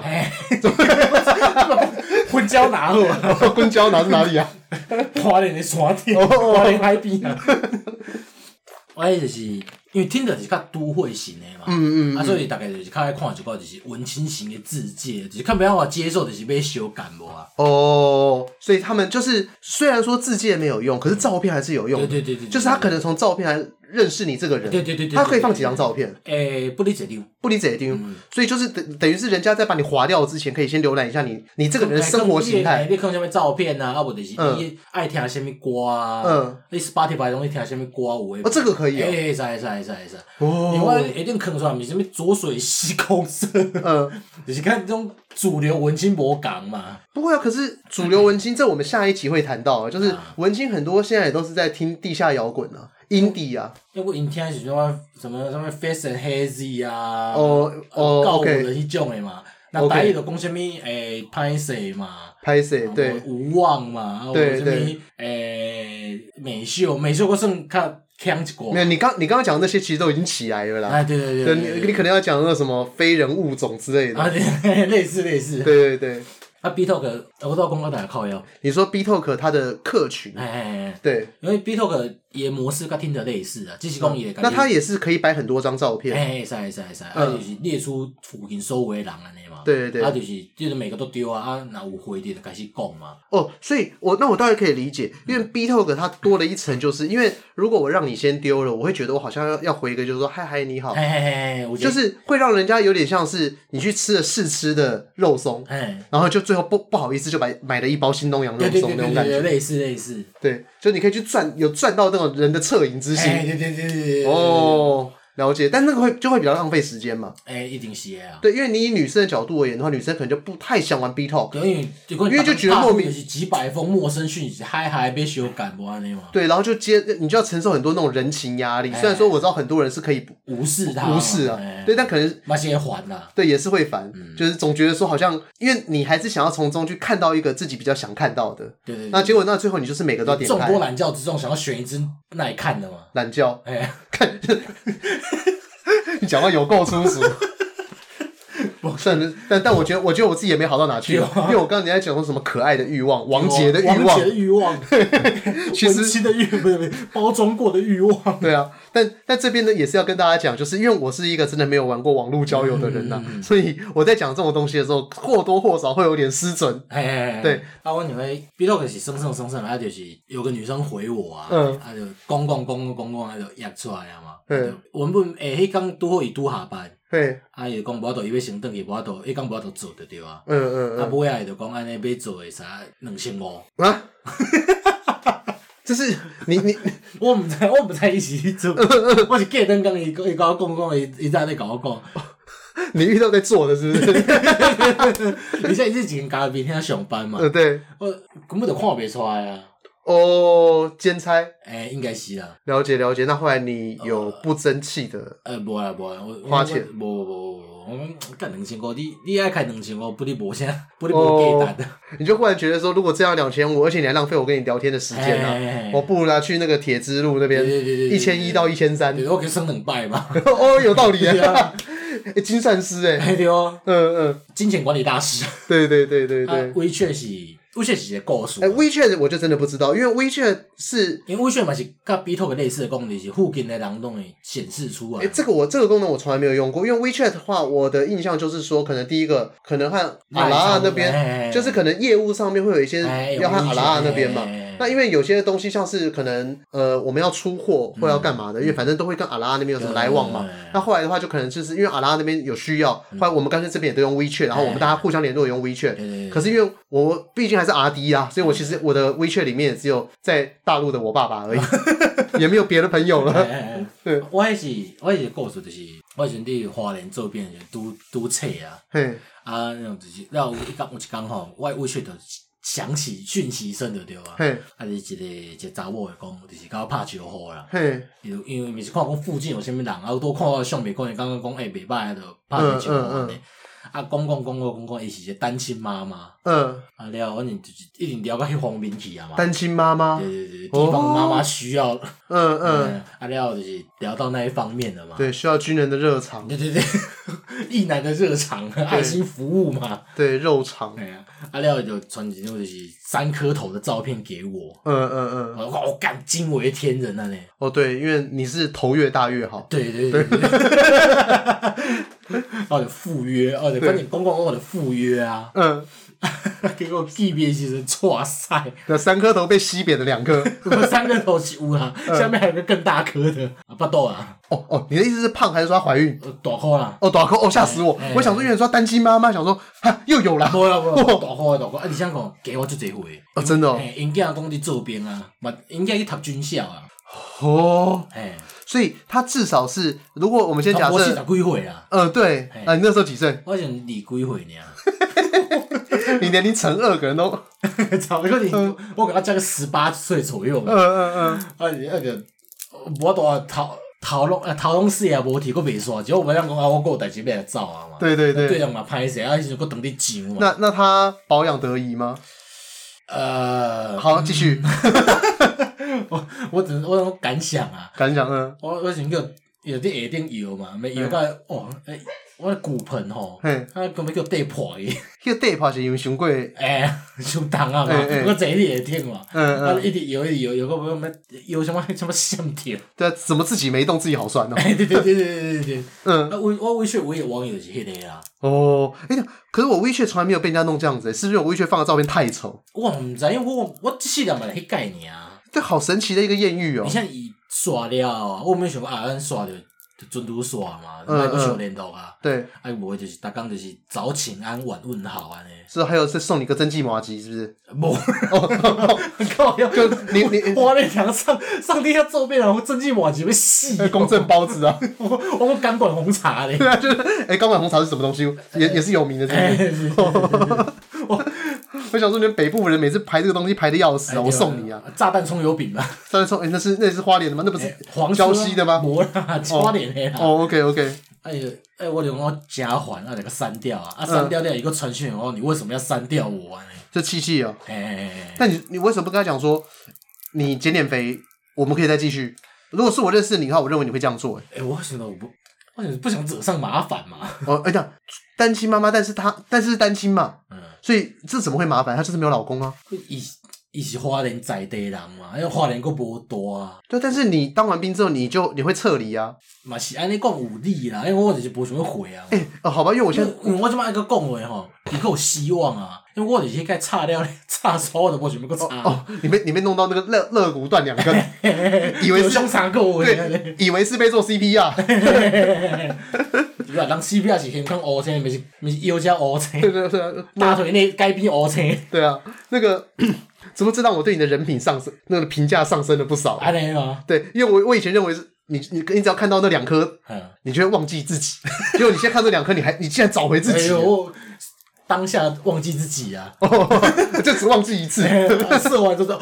婚交哪好啊？ 婚交哪是哪里啊？ 花莲的山顶，花莲海边啊。我就是因为听的是较都会型的嘛，所以大概就是较爱看一个就是文青型的自介，就是看不要接受就是要修改无啊。 所以他们就是虽然说自介没有用，可是照片还是有用的。对，就是他可能从照片还认识你这个人。对，他可以放几张照片？ 不离这张， 所以就是等于是人家在把你划掉之前，可以先浏览一下你这个人的生活形态。 你看什么照片啊？啊，不就是你爱听什么歌啊？你 Spotify 拢听什么歌有的？ 这个可以。 会使。因为我一定看出来，是什么浊水溪公社，就是看这种主流文青无讲嘛。 不会啊，可是主流文青，这我们下一集会谈到，就是文青很多现在也都是在听地下摇滚啊。indie 啊， 因为因听是什么 Fast and Hazy 啊，告五的迄种的嘛。那台语就讲什么歹势嘛， 对， 无望嘛，对，什么美秀我算较强一个。 没有，你刚刚讲的那些其实都已经起来了啦。 对， 你可能要讲那个什么非人物种之类的。 对，类似。 对。 BeeTalk 我都要讲到大家靠腰。 你说 BeeTalk 它的客群，对， 因为 BeeTalk 也模式跟 Tinder 类似啊，只是讲伊那它也是可以摆很多张照片， 使，就是列出附近所有的人安尼嘛， 对， 就是每个都丢啊，那有回的就开始讲嘛。 所以我大概可以理解，因为 BeeTalk 它多了一层，就是因为如果我让你先丢了，我会觉得我好像要回一个，就是说嗨你好，就是会让人家有点像是你去吃了试吃的肉松，然后就最后不好意思就买了一包新东阳肉松那种感觉， 类似， 对，就你可以去赚到那种人的恻隐之心， 对， 了解，但那个就会比较浪费时间嘛。 一定是啊。 对，因为你以女生的角度而言的话，女生可能就不太想玩 BeeTalk， 因为就觉得莫名是几百封陌生讯息，嗨被修改不安尼嘛。 对，然后你就要承受很多那种人情压力。虽然说我知道很多人是可以无视啊，对，但可能那些烦啦。 对，也是会烦，就是总觉得说好像，因为你还是想要从中去看到一个自己比较想看到的。对。那结果最后你就是每个都要点开。 众多懒觉之中，想要选一只耐看的嘛？ 懒觉，看。你讲话有够粗俗，算了，但我觉得我自己也没好到哪去，因为我刚才你在讲说什么可爱的欲望，王杰的欲望， 其实的不是包装过的欲望， 对啊，但这边呢也是要跟大家讲，就是因为我是一个真的没有玩过网络交友的人所以我在讲这种东西的时候，或多或少会有点失准。对， 我认为 BeeTalk 是生，就是有个女生回我啊，就讲，就约出来啊嘛。原本迄天拄好伊拄下班，伊就讲无法度伊要先转去，无法度迄天无法度做就对啊。尾仔伊就讲安尼要做会使2500啊。 这是你我唔知伊是去做，我是隔顿讲伊甲我讲，伊在咧甲我讲。 你遇到在做的是不是？ 而且伊是前家明天上班嘛。 对。 我根本就看袂出来啊。 哦，兼差， 应该是啦。 了解了解。那后来你有不争气的？ 无啦， 花钱， 无，我干2500，你爱开2500，不你无啥，不你无价值。 你就忽然觉得说，如果这样2500，而且你还浪费我跟你聊天的时间啊，我不如拿去那个铁之路那边，1100到1300， 对，我可以省2倍嘛。 哦，有道理啊。精算师对哦，金钱管理大师。 对。 WeChat 是一个故事。 WeChat 我就真的不知道，因为 WeChat 是， 因为 WeChat 嘛是跟 BeeTalk 类似的功能，是附近的人都会显示出来。 这个功能我从来没有用过，因为 WeChat 的话，我的印象就是说，可能第一个可能和阿拉那边，就是可能业务上面会有一些要和阿拉那边嘛。那因为有些东西像是可能我们要出货或要干嘛的，因为反正都会跟阿拉那边有什么来往嘛。那后来的话就可能就是因为阿拉那边有需要，后来我们干脆这边也都用 WeChat， 然后我们大家互相联络用 WeChat。可是因为我毕竟还是 RD 啊，所以我其实我的 WeChat 里面也只有在大陆的我爸爸而已，也没有别的朋友了。 对，我迄是故事，就是我以前伫花莲做变拄册啊，那种就是了有一天吼，我 WeChat 就响起讯息声就对啊，就是一个查某会讲，就是甲我拍招呼啦，因为咪是看讲附近有啥物人，啊有多看我相片，可能刚刚讲袂歹，就拍招呼安尼。讲，伊是一个单亲妈妈。了，反正就是一定聊到迄方面去啊嘛。 单亲妈妈。 对，地方妈妈需要。了就是聊到那一方面了嘛。 对，需要军人的热肠。 对，义男的热肠，爱心服务嘛。 对，肉肠。 了就传一张就是3颗头的照片给我。我干惊为天人啊呢。 哦，对，因为你是头越大越好。 对。就赴约，反正讲我的赴约啊。结果见面时阵，哇塞！ 那3颗头被吸扁的2颗 ，3颗头是有啦，下面还有个更大颗的，巴肚啊！ 哦，你的意思是胖还是说她怀孕？ 大颗啦！ 大颗！吓死我！我想说，因为说单亲妈妈，想说哈又有啦。 无，大颗！而且讲给我就这回。 真的哦。 因囝讲伫做兵啊，嘛因囝去读军校啊。 所以他至少是，如果我们先假设， 我40几岁啊。 对，你那时候几岁？ 我20几岁尔。 你年龄乘2，可能都差不多。我给他加个18岁左右嘛。我都头拢死也无提，佫袂煞，只我袂当讲我有代志要来走啊嘛。 对， 对人嘛歹势，迄时佫当伫上嘛。 那他保养得宜吗？好，继续。 我感想啊。我想叫有伫下顶摇嘛，没摇到我骨盆吼，根本叫地破去。 迄个地破是因为伤过， 伤重啊嘛，我坐伫下顶嘛，一直摇，个摇什么线条。 对啊，怎么自己没动，自己好酸哦。 对。我WeChat唯一网友是迄个啦。 可是我WeChat从来没有被人家弄这样子，是不是我WeChat放的照片太丑？ 我唔知，因为我这世人嘛迄概念啊。 这好神奇的一个艳遇哦！ 你像伊刷了，我没想过咱刷就准拄刷嘛，莫阁想联络啊。 对， 无就是逐工就是早请安晚问好安尼。 是还有是送你个蒸汽麻糬，是不是？ 无，靠！就你花莲墙上帝要做变了，蒸汽麻糬要死。 公正包子啊！ 我钢管红茶嘞。 对啊，就是钢管红茶是什么东西？也是有名的，是不是？我想说，你们北部人每次排这个东西排的要死啊！我送你啊！ 炸弹葱油饼嘛。 炸弹葱，那是花莲的吗？那不是礁溪的吗？ 无啦，花莲的啦。 OK。 我就讲我真烦，就给删掉啊！删掉一个传讯你为什么要删掉我呢？ 这气哦。那你为什么不跟他讲说，你减点肥，我们可以再继续？如果是我认识你的话，我认为你会这样做。 我想到我不想惹上麻烦嘛。 这样单亲妈妈，但是单亲嘛。所以这怎么会麻烦？她就是没有老公啊。 伊是花莲在地人嘛，因为花莲佫无大啊。 对，但是你当完兵之后，你会撤离啊。 嘛是安尼讲有理啦，因为我就是无想要回啊。 好吧，因为我现在我即摆爱佮讲话吼，伊佫有希望啊。因为我就是该插了插手，我就无想要佮插。 你被弄到那个肋骨断2根，以为是胸肠过对，以为是被做 CPR。 人 CPR 是先看乌青，不是腰加乌青。 对， 大腿内该变乌青。 对啊，那个怎么知道我对你的人品上升，那个评价上升了不少？ 安尼吗？ 对，因为我以前认为是你只要看到那2颗，你就会忘记自己。结果你现在看这2颗，你竟然找回自己。 当下忘记自己啊！ 就只忘记一次， 射完之后，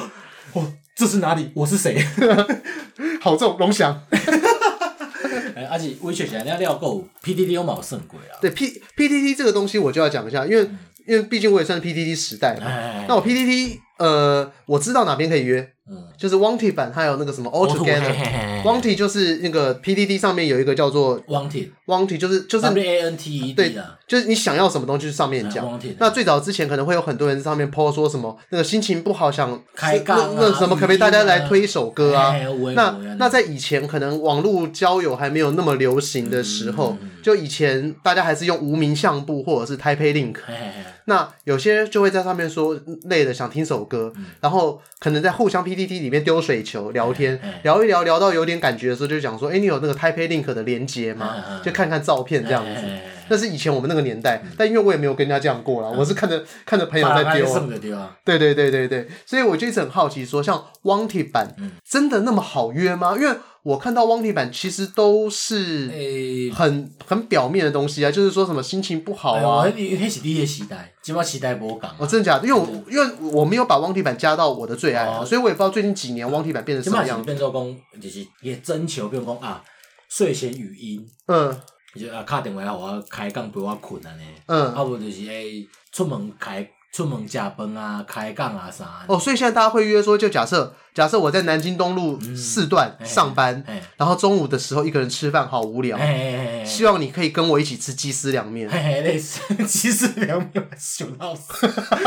这是哪里？我是谁？ 好重龙翔。 而且微确实人家料够 PTT 有冇胜过啊？ 对 PTT 这个东西我就要讲一下，因为毕竟我也算是 PTT 时代嘛。那我 PTT 我知道哪边可以约，就是 Wanted 版，还有那个什么 All Together。Wanted 就是那个 PTT 上面有一个叫做 Wanted 就是 WANTED 对，就是你想要什么东西去上面讲。那最早之前可能会有很多人在上面 po 说什么那个心情不好想开杠那什么可不可以大家来推一首歌啊？那在以前可能网络交友还没有那么流行的时候，就以前大家还是用无名相簿或者是 Taipei Link。那有些就会在上面说累了想听首歌，然后可能在互相 PTT 里面丢水球聊天，聊一聊聊到有点感觉的时候，就讲说，你有那个 Taipei Link 的连结吗？就看看照片这样子。那是以前我们那个年代，但因为我也没有跟人家这样过啦，我是看着朋友在丢。对，所以我就一直很好奇说，像 Wanted 版真的那么好约吗？因为我看到 Wanted 版其实都是很表面的东西啊，就是说什么心情不好啊。 那是你的时代，现在时代不同。 真的假的？因为我没有把 Wanted 版加到我的最爱，所以我也不知道最近几年 Wanted 版变成什么样子。 变做讲就是也征求，比如讲睡前语音，就打电话来我开讲陪我困安尼，无就是出门食饭啊，开讲啊啥。 所以现在大家会约说，就假设我在南京东路4段上班，然后中午的时候一个人吃饭好无聊，希望你可以跟我一起吃鸡丝凉面。 类似鸡丝凉面，想到死。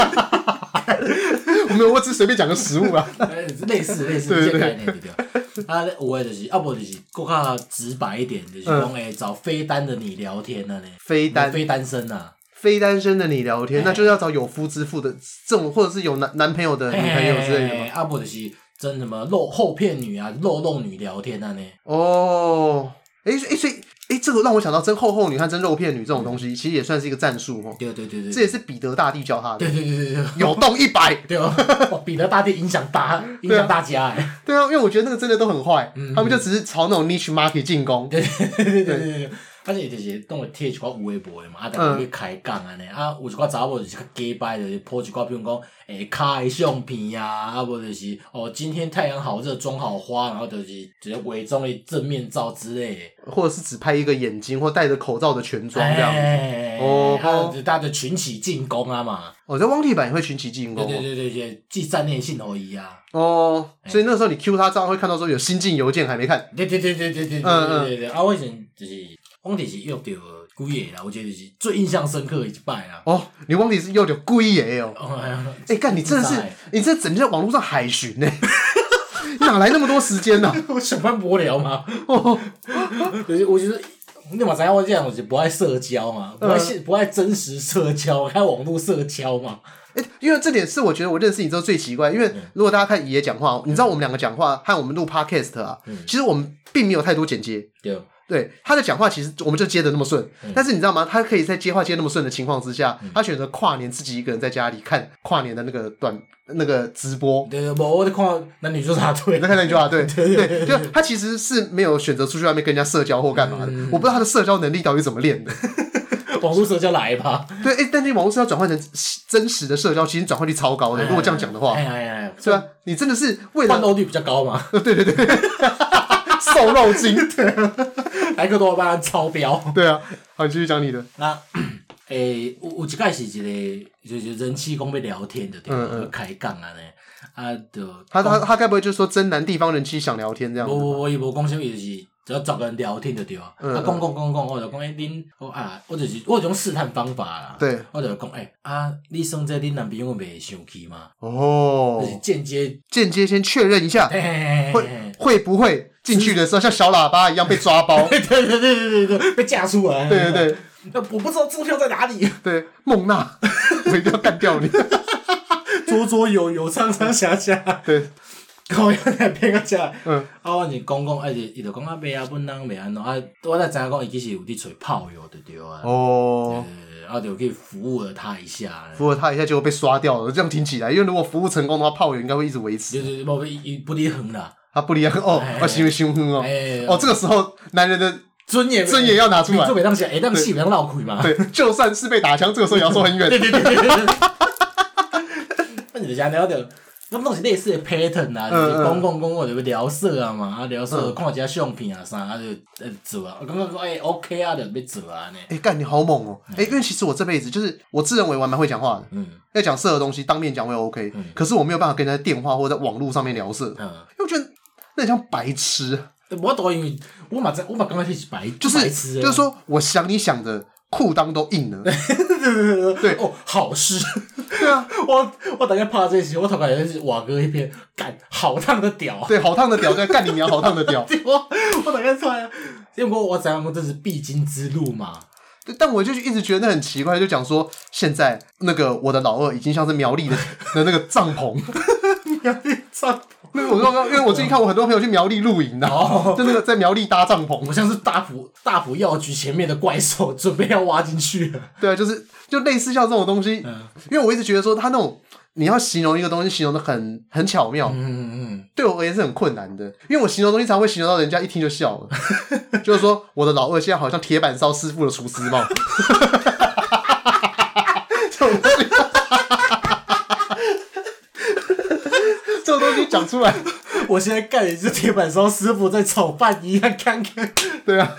我只随便讲个食物啊。 类似这个概念对。有的就是，无就是更较直白一点，就是讲找非单的你聊天啊呢。非单身啊。 非单身的你聊天，那就是要找有夫之妇的这种，或者是有男朋友的女朋友之类的吗？ 不就是真什么后片女啊、肉女聊天啊呢？ 所以这个让我想到真厚女和真肉片女这种东西，其实也算是一个战术哦。 对， 这也是彼得大帝教他的。 对， 有动100。 对彼得大帝影响大家哎。 对啊，因为我觉得那个真的都很坏，他们就只是朝那种 niche market 进攻。 对。反正就是当会贴一寡有诶无诶嘛，大家去开讲安尼，有一寡查某就是较假掰，就是po一寡比如讲卡诶相片啊，无就是今天太阳好热，妆好花，然后就是伪装的正面照之类的， 或者是只拍一个眼睛或戴着口罩的全妆这样子。 大家群起进攻啊嘛。 在Wanted版也会群起进攻。 对，寄战内信而已啊。 所以那时候你 Q 他账会看到说有新进邮件还没看。 对。我以前就是。Wanted是约到几个啦，我觉得是最印象深刻的一摆啦。 你Wanted是约到几个哦？干你真的是，你这整天在网络上海巡呢，哪来那么多时间呢？ 我上班无聊嘛。就是我觉得你嘛知影我这样，我就不爱社交嘛，不爱真实社交，开网络社交嘛。 因为这点是我觉得我认识你之后最奇怪，因为如果大家看爷爷讲话，你知道我们两个讲话和我们录 podcast 啊，其实我们并没有太多剪接。对他的讲话，其实我们就接得那么顺，但是你知道吗？他可以在接话接那么顺的情况之下，他选择跨年自己一个人在家里看跨年的那个直播。 对，我在看男女纠察队， 在看男女纠察队。对，就他其实是没有选择出去外面跟人家社交或干嘛的。我不知道他的社交能力到底怎么练的。 网络社交来吧。 对，但是网络社交转换成真实的社交，其实转换率超高的。如果这样讲的话，是吧？你真的是为了换漏率比较高嘛？ 对。瘦肉精， 还可多帮超标。 对啊，好，你继续讲你的。 那有一届是一个就是人气讲要聊天的，对，开讲啊呢，就他该不会就是说真男地方人妻想聊天这样子？ 我也无讲什么，就是只要找个人聊天就对啊。讲，我就讲恁我就是我有种试探方法啦。 对， 我就讲你算这恁男朋友袂生气吗？就是间接先确认一下，会不会进去的时候像小喇叭一样被抓包？ 对，被架出来。 对。 我不知道支票在哪里。 对，孟娜，我一定要干掉你。 左有，长狭。 对。 靠要来骗个价，我是讲，伊就讲袂本人袂安怎我才知影讲伊其实有伫找炮友的对啊。就可以服务了他一下， 结果被刷掉了。这样听起来，因为如果服务成功的话，炮友应该会一直维持。 对，不离恒啦。 他不离恒行为凶狠这个时候男人的尊严要拿出来。 做袂当死，当死袂当闹开嘛。 对，就算是被打枪，这个时候也要说很远。 对。那你就讲了拢是类似的 pattern 啊，就是讲就要聊色啊嘛，啊聊色看一下相片啊啥，啊就做啊，我感觉OK 啊，就要做啊呢。 干你好猛哦！因为其实我这辈子就是我自认为我还蛮会讲话的，要讲色的东西当面讲我也 OK，可是我没有办法跟人家电话或者在网络上面聊色，因为我觉得那很像白痴。 我都因为我嘛刚刚是白痴， 就是说我想你想的裤裆都硬了， 对哦，好事， 对啊， 我大概怕这些，我头感觉是瓦哥一边干好烫的屌， 对，好烫的屌，对，干你娘，好烫的屌， 我大概出来，因为我怎样，这是必经之路嘛。 但我就一直觉得很奇怪，就讲说现在那个我的老二已经像是苗栗的那个帐篷， 苗栗帐篷。 那个我说，因为我最近看我很多朋友去苗栗露营的，就那个在苗栗搭帐篷， 我像是大埔药局前面的怪兽，准备要挖进去了。 对啊，就类似像这种东西，因为我一直觉得说他那种你要形容一个东西，形容的很巧妙，对我而言是很困难的，因为我形容东西常会形容到人家一听就笑了，就是说我的老二现在好像铁板烧师傅的厨师帽，这种东西。这种东西讲出来， 我现在干的是铁板烧师傅在炒饭一样，看看。 对啊，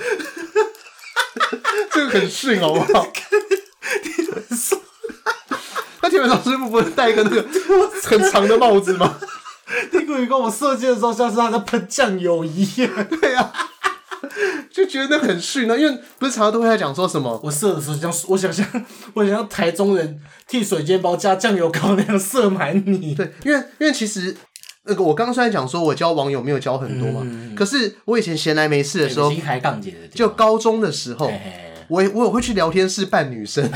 这个很逊，好不好？ 铁板烧， 那铁板烧师傅不是戴一个那个很长的帽子吗？ 你跟我设计的时候，像是他在喷酱油一样。 对啊，就觉得那很逊啊，因为不是常常都会在讲说什么？ 我射的时候，我想象台中人替水煎包加酱油膏那样射满你。 对，因为其实那个我刚刚虽然讲说我交网友没有交很多嘛，可是我以前闲来没事的时候，就高中的时候，我有会去聊天室扮女生，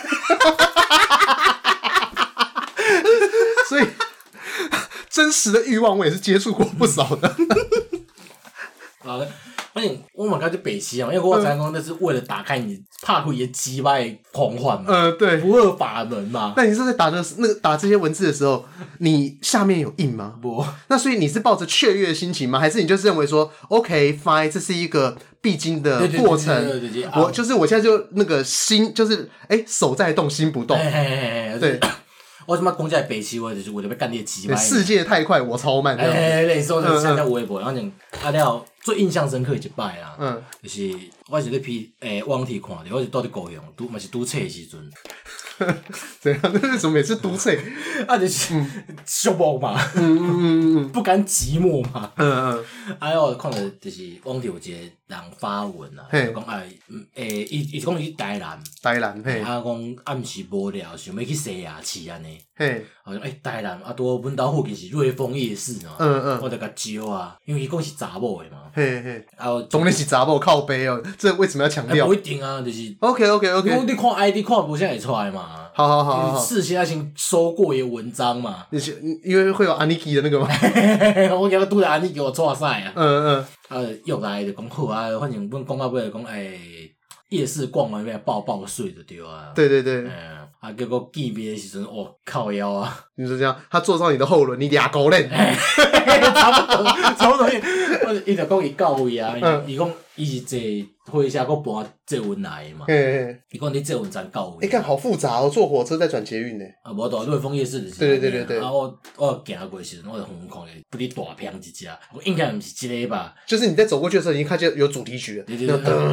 所以真实的欲望我也是接触过不少的。 好的。反正我嘛感觉北西啊，因为我才讲那是为了打开你怕会也击败狂欢嘛， 对， 不二法门嘛。 那你是在打这些文字的时候，你下面有印吗？ 不。 那所以你是抱着雀跃的心情吗？还是你就是认为说 ，OK fine， 这是一个必经的过程？对，我就是我现在就那个心就是手在动心不动，对。 我他妈讲这北西，我就是为了要干你的鸡掰。 世界太快，我超慢。 类似我参加微博，然后了最印象深刻一摆啊，就是我是咧网题看的，我是倒伫高雄，嘛是拄册的时阵。 怎样？那为什么每次读册？ 啊，就是寂寞嘛，不甘寂寞嘛。我看到就是网题有一个人发文啊，讲伊讲伊台南， 嘿， 讲暗时无聊，想要去西雅市安尼。嘿，台南啊，拄好阮兜附近是瑞丰夜市嘛，我就甲招啊，因为伊讲是查某的嘛。嘿， 当然是查某靠背哦，这为什么要强调？ 不一定啊，就是 OK， 因为你看 ID 看不像会出来嘛。 好， 事先要先收过一个文章嘛。 因为会有安妮基的那个嘛。 我今日拄着安妮给我抓赛啊。又来就讲好啊，反正阮讲到尾就讲夜市逛完要报税就对啊。 对。 结果见面的时阵，靠腰啊！ 你说这样，他坐上你的后轮，你俩狗链。 差不多。伊就讲伊到位啊，伊讲伊是坐火车搁搬捷运来的嘛。伊讲你捷运站到位。 看好复杂哦，坐火车再转捷运呢。 无大瑞丰夜市就是。 对。 我行过时阵，我就远看咧，不哩大片一只，我应该毋是一个吧？ 就是你在走过去的时候，已经看见有主题曲了。 对。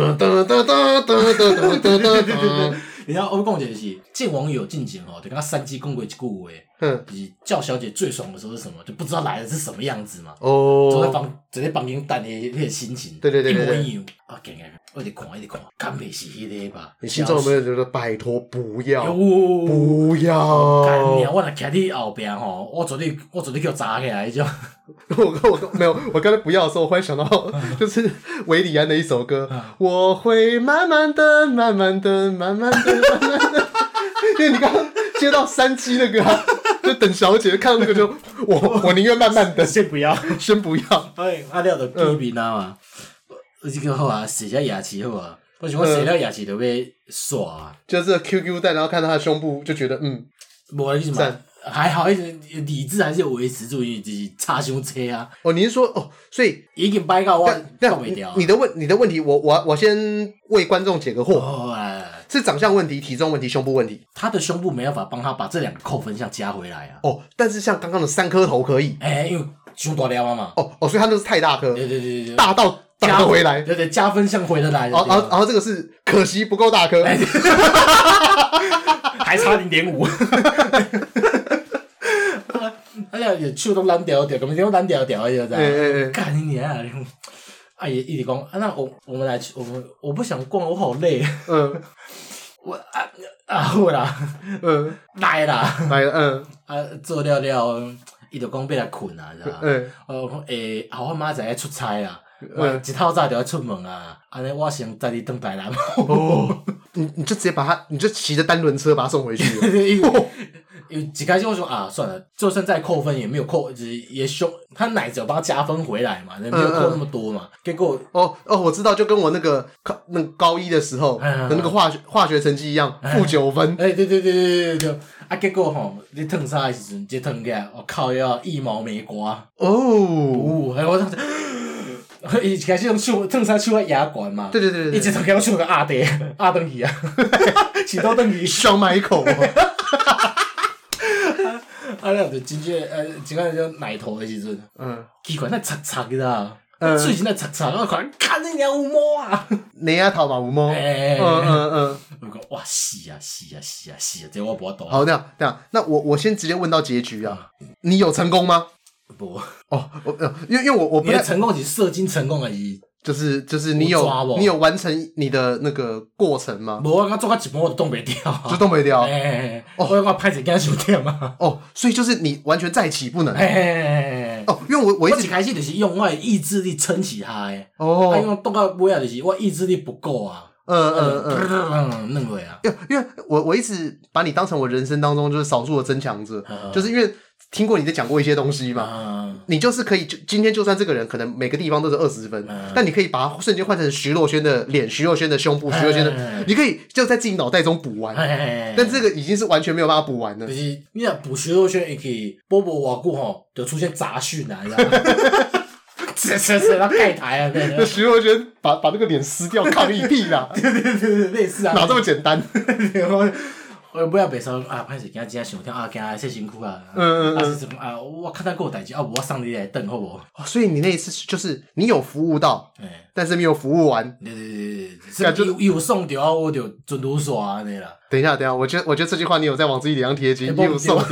然后我讲就是见网友进前就跟他3G讲过一句话，就是叫小姐最爽的时候是什么？就不知道来的是什么样子嘛。坐在房间等的那个心情， 对。 一模一样。我一直看，敢袂是迄个吧？ 你心中有没有觉得拜托不要？不要！ 干娘，我若徛你后边吼，我绝对给我砸起来迄种。 我没有，我刚才不要的时候，我忽然想到，就是韦礼安的一首歌，我会慢慢的，因为你刚刚接到3G 那个就等小姐看到那个就，我宁愿慢慢的， 先不要。 了就见面啊嘛，这个好啊，洗下牙齿好啊，我想我洗了牙齿就要刷， 就是 QQ 弹，然后看到他的胸部就觉得无意思嘛。还好，理智还是有维持住，因为就是差伤车啊。 你是说所以已经掰到我搞袂掉。 你的问题，我先为观众解个惑。 是长相问题、体重问题、胸部问题。 他的胸部没办法帮他把这2个扣分项加回来啊。 哦，但是像刚刚的3颗头可以。 因为胸大了嘛。 哦，所以他那是太大颗。 对， 大到打得回来。 对，加分项回得来。 然后这个是可惜不够大颗， 还差0.5。手都烂掉，根本就烂掉，你知道？干你娘！阿姨一直讲，那我们来，我不想逛，我好累。我好啦，来啦，做了，伊就讲要来困啊，知道？我讲后我妈在出差啊，我一透早就要出门啊，安尼我先载你回台南。 你就直接你就骑着单轮车把他送回去了。 因为一开始我说算了，就算再扣分也没有扣，就是也他奶子有帮他加分回来嘛，没有扣那么多嘛。结果我知道，就跟我那个高一的时候的那个化学成绩一样，负9分。 对。结果吼，你烫衫的时阵，这烫起来，我靠，要一毛没刮。我当时。伊一开始用手烫衫手压管嘛， 对， 伊一烫起来我手个压转去啊，起倒转去小买口。 那就真正就奶头的时阵，奇怪那擦的啦，嘴唇那擦，我看你娘有毛啊， 你啊头嘛有毛。 我讲哇是啊，这我无法度。 好，这样，那我先直接问到结局啊，你有成功吗？ 不。 因为我你的成功是射精成功而已。 就是你有完成你的那个过程吗？ 无，我刚做到一半我就动不掉， 就动不掉。 我讲拍子惊伤点嘛。 所以就是你完全再起不能。因为我一开始就是用我的意志力撑起他的。因为动到尾啊，就是我意志力不够啊。弄落啊。 因为我一直把你当成我人生当中就是少数的增强者，就是因为听过你在讲过一些东西嘛，你就是可以今天就算这个人可能每个地方都是20分，但你可以把它瞬间换成徐若瑄的脸、徐若瑄的胸部、徐若瑄的，你可以就在自己脑袋中补完，但这个已经是完全没有办法补完了。 就是你若补徐若瑄，会去播偌久吼，就出现杂讯啊，你知道吗？是，他盖台啊，对。 那徐若瑄把那个脸撕掉，抗议屁啦！ 对，类似啊。 哪这么简单？ 我尾仔袂使歹势，今仔真想听，今仔洗身躯啊。是什么我看到还有代志无我送你来等好无？ 所以你那一次就是你有服务到，但是没有服务完。 对，有送到我就准拄煞安尼啦。 等一下，我觉得这句话你有在往自己脸上贴金，你有送到。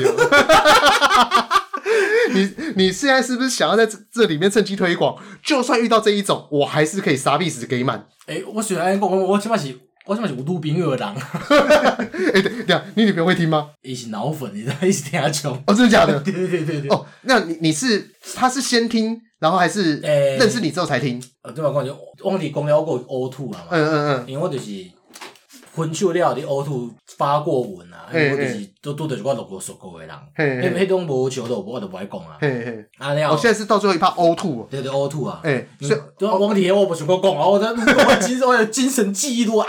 你现在是不是想要在这里面趁机推广？就算遇到这一种，我还是可以杀必死给满。 我虽然讲，我起码是有女朋友的人。 等一下，你女朋友会听吗？ 伊是脑粉，你知道，伊是听得穷。 真的假的？ 对。 那他是先听，然后还是认识你之后才听？ 对我讲就往里讲了，我有呕啊嘛。因为我就是分手了，你呕发过文啊，因为我就是拄着我录过说过的人，迄种无笑到我就不爱讲啊。 现在是到最后一趴呕。 对呕啊。 所以往里我不想讲啊，我的精神记录啊。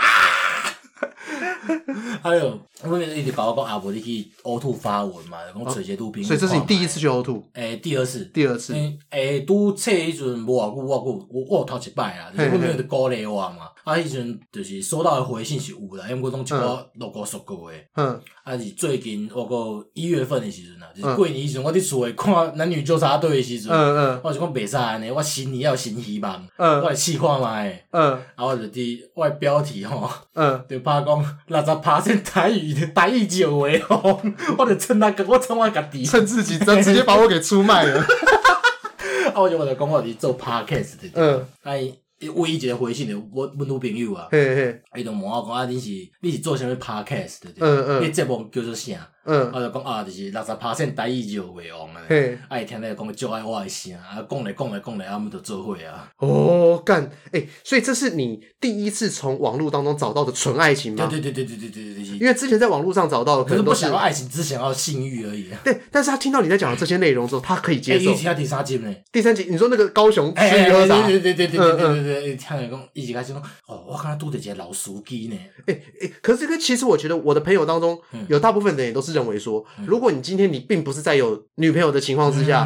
还有，我一直甲我讲无你去呕发文嘛，讲找一个女朋友。 所以这是你第一次去呕。 第二次。拄册迄阵无偌久，我有头一摆啦，就是我朋友就鼓励我嘛。迄阵就是收到的回信是有啦，因为我拢一个录过说过的。是最近我个1月份的时阵啦，就是过年时阵，我伫厝诶看男女纠察队的时阵，我就讲袂使安尼，我新年要有新希望，我来试看卖。我就伫我的标题吼，就拍讲60%台语就话吼，我就趁我家己， 趁自己直接把我给出卖了。 我就讲我伫做 podcast 的。唯一一个回信的，阮女朋友啊，伊就问我讲你是做啥物 podcast 的？你节目叫做啥？我就讲就是60%台语就话王啊。伊听咧讲足爱我的声，讲咧，我们就做伙啊。 干，所以这是你第一次从网络当中找到的纯爱情吗？ 对。 因为之前在网络上找到的可能都是不想要爱情，只想要性欲而已。 对，但是他听到你在讲的这些内容之后，他可以接受。 听第3集呢？ 第3集，你说那个高雄吃鱼喝茶？ 对，听人讲，一开始讲，我看他拄着一个老司机呢。 可是这个其实我觉得我的朋友当中有大部分人也都是认为说，如果你今天你并不是在有女朋友的情况之下，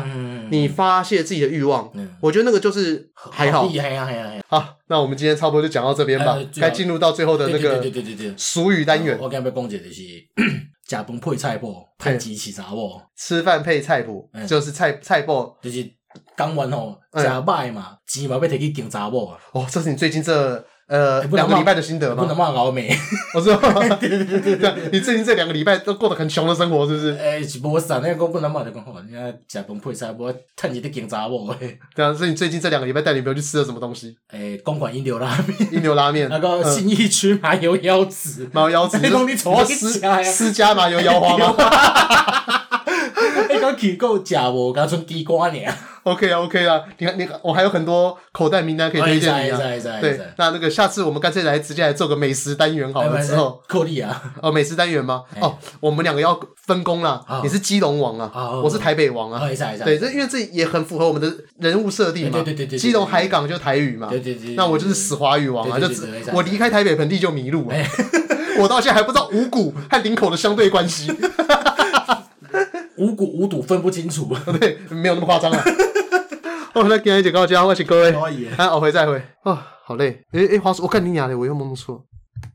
你发泄自己的欲望，我觉得那个就是还好。好，那我们今天差不多就讲到这边吧，该进入到最后的那个俗语单元。 我今日要讲一个就是吃饭配菜脯，趁钱饲查某。 吃饭配菜脯，就是菜脯， 就是讲完吼，食歹嘛，钱嘛要摕去敬查某啊。 哦，这是你最近这2个礼拜的心得吗？ 不能骂老妹。 我知道。对，你最近这2个礼拜都过得很穷的生活，是不是？ 是无散，那讲不能骂就讲好，人家食饭配菜，无趁钱去敬查某诶。 对啊，所以你最近这2个礼拜带女朋友去吃了什么东西？ 公馆一流拉面。 一流拉面。 那个信义区麻油腰子。 麻油腰子。 你讲你错去食呀？ 私家麻油腰花吗？ 你讲去够食无？敢剩鸡肝尔。 OK 啦，你看，我还有很多口袋名单可以推荐你啊。对，那个下次我们干脆直接来做个美食单元好了之后。 扣力啊！ 美食单元吗？我们2个要分工啦。你是基隆王啊，我是台北王啊。对，因为这也很符合我们的人物设定嘛。对。基隆海港就台语嘛。对。那我就是死华语王啊，我离开台北盆地就迷路了。我到现在还不知道五股和林口的相对关系。 五股五堵分不清楚。 对，没有那么夸张啊。那今天就到这，我是各位，后回再会。好累。话说我看你俩的，我又蒙错。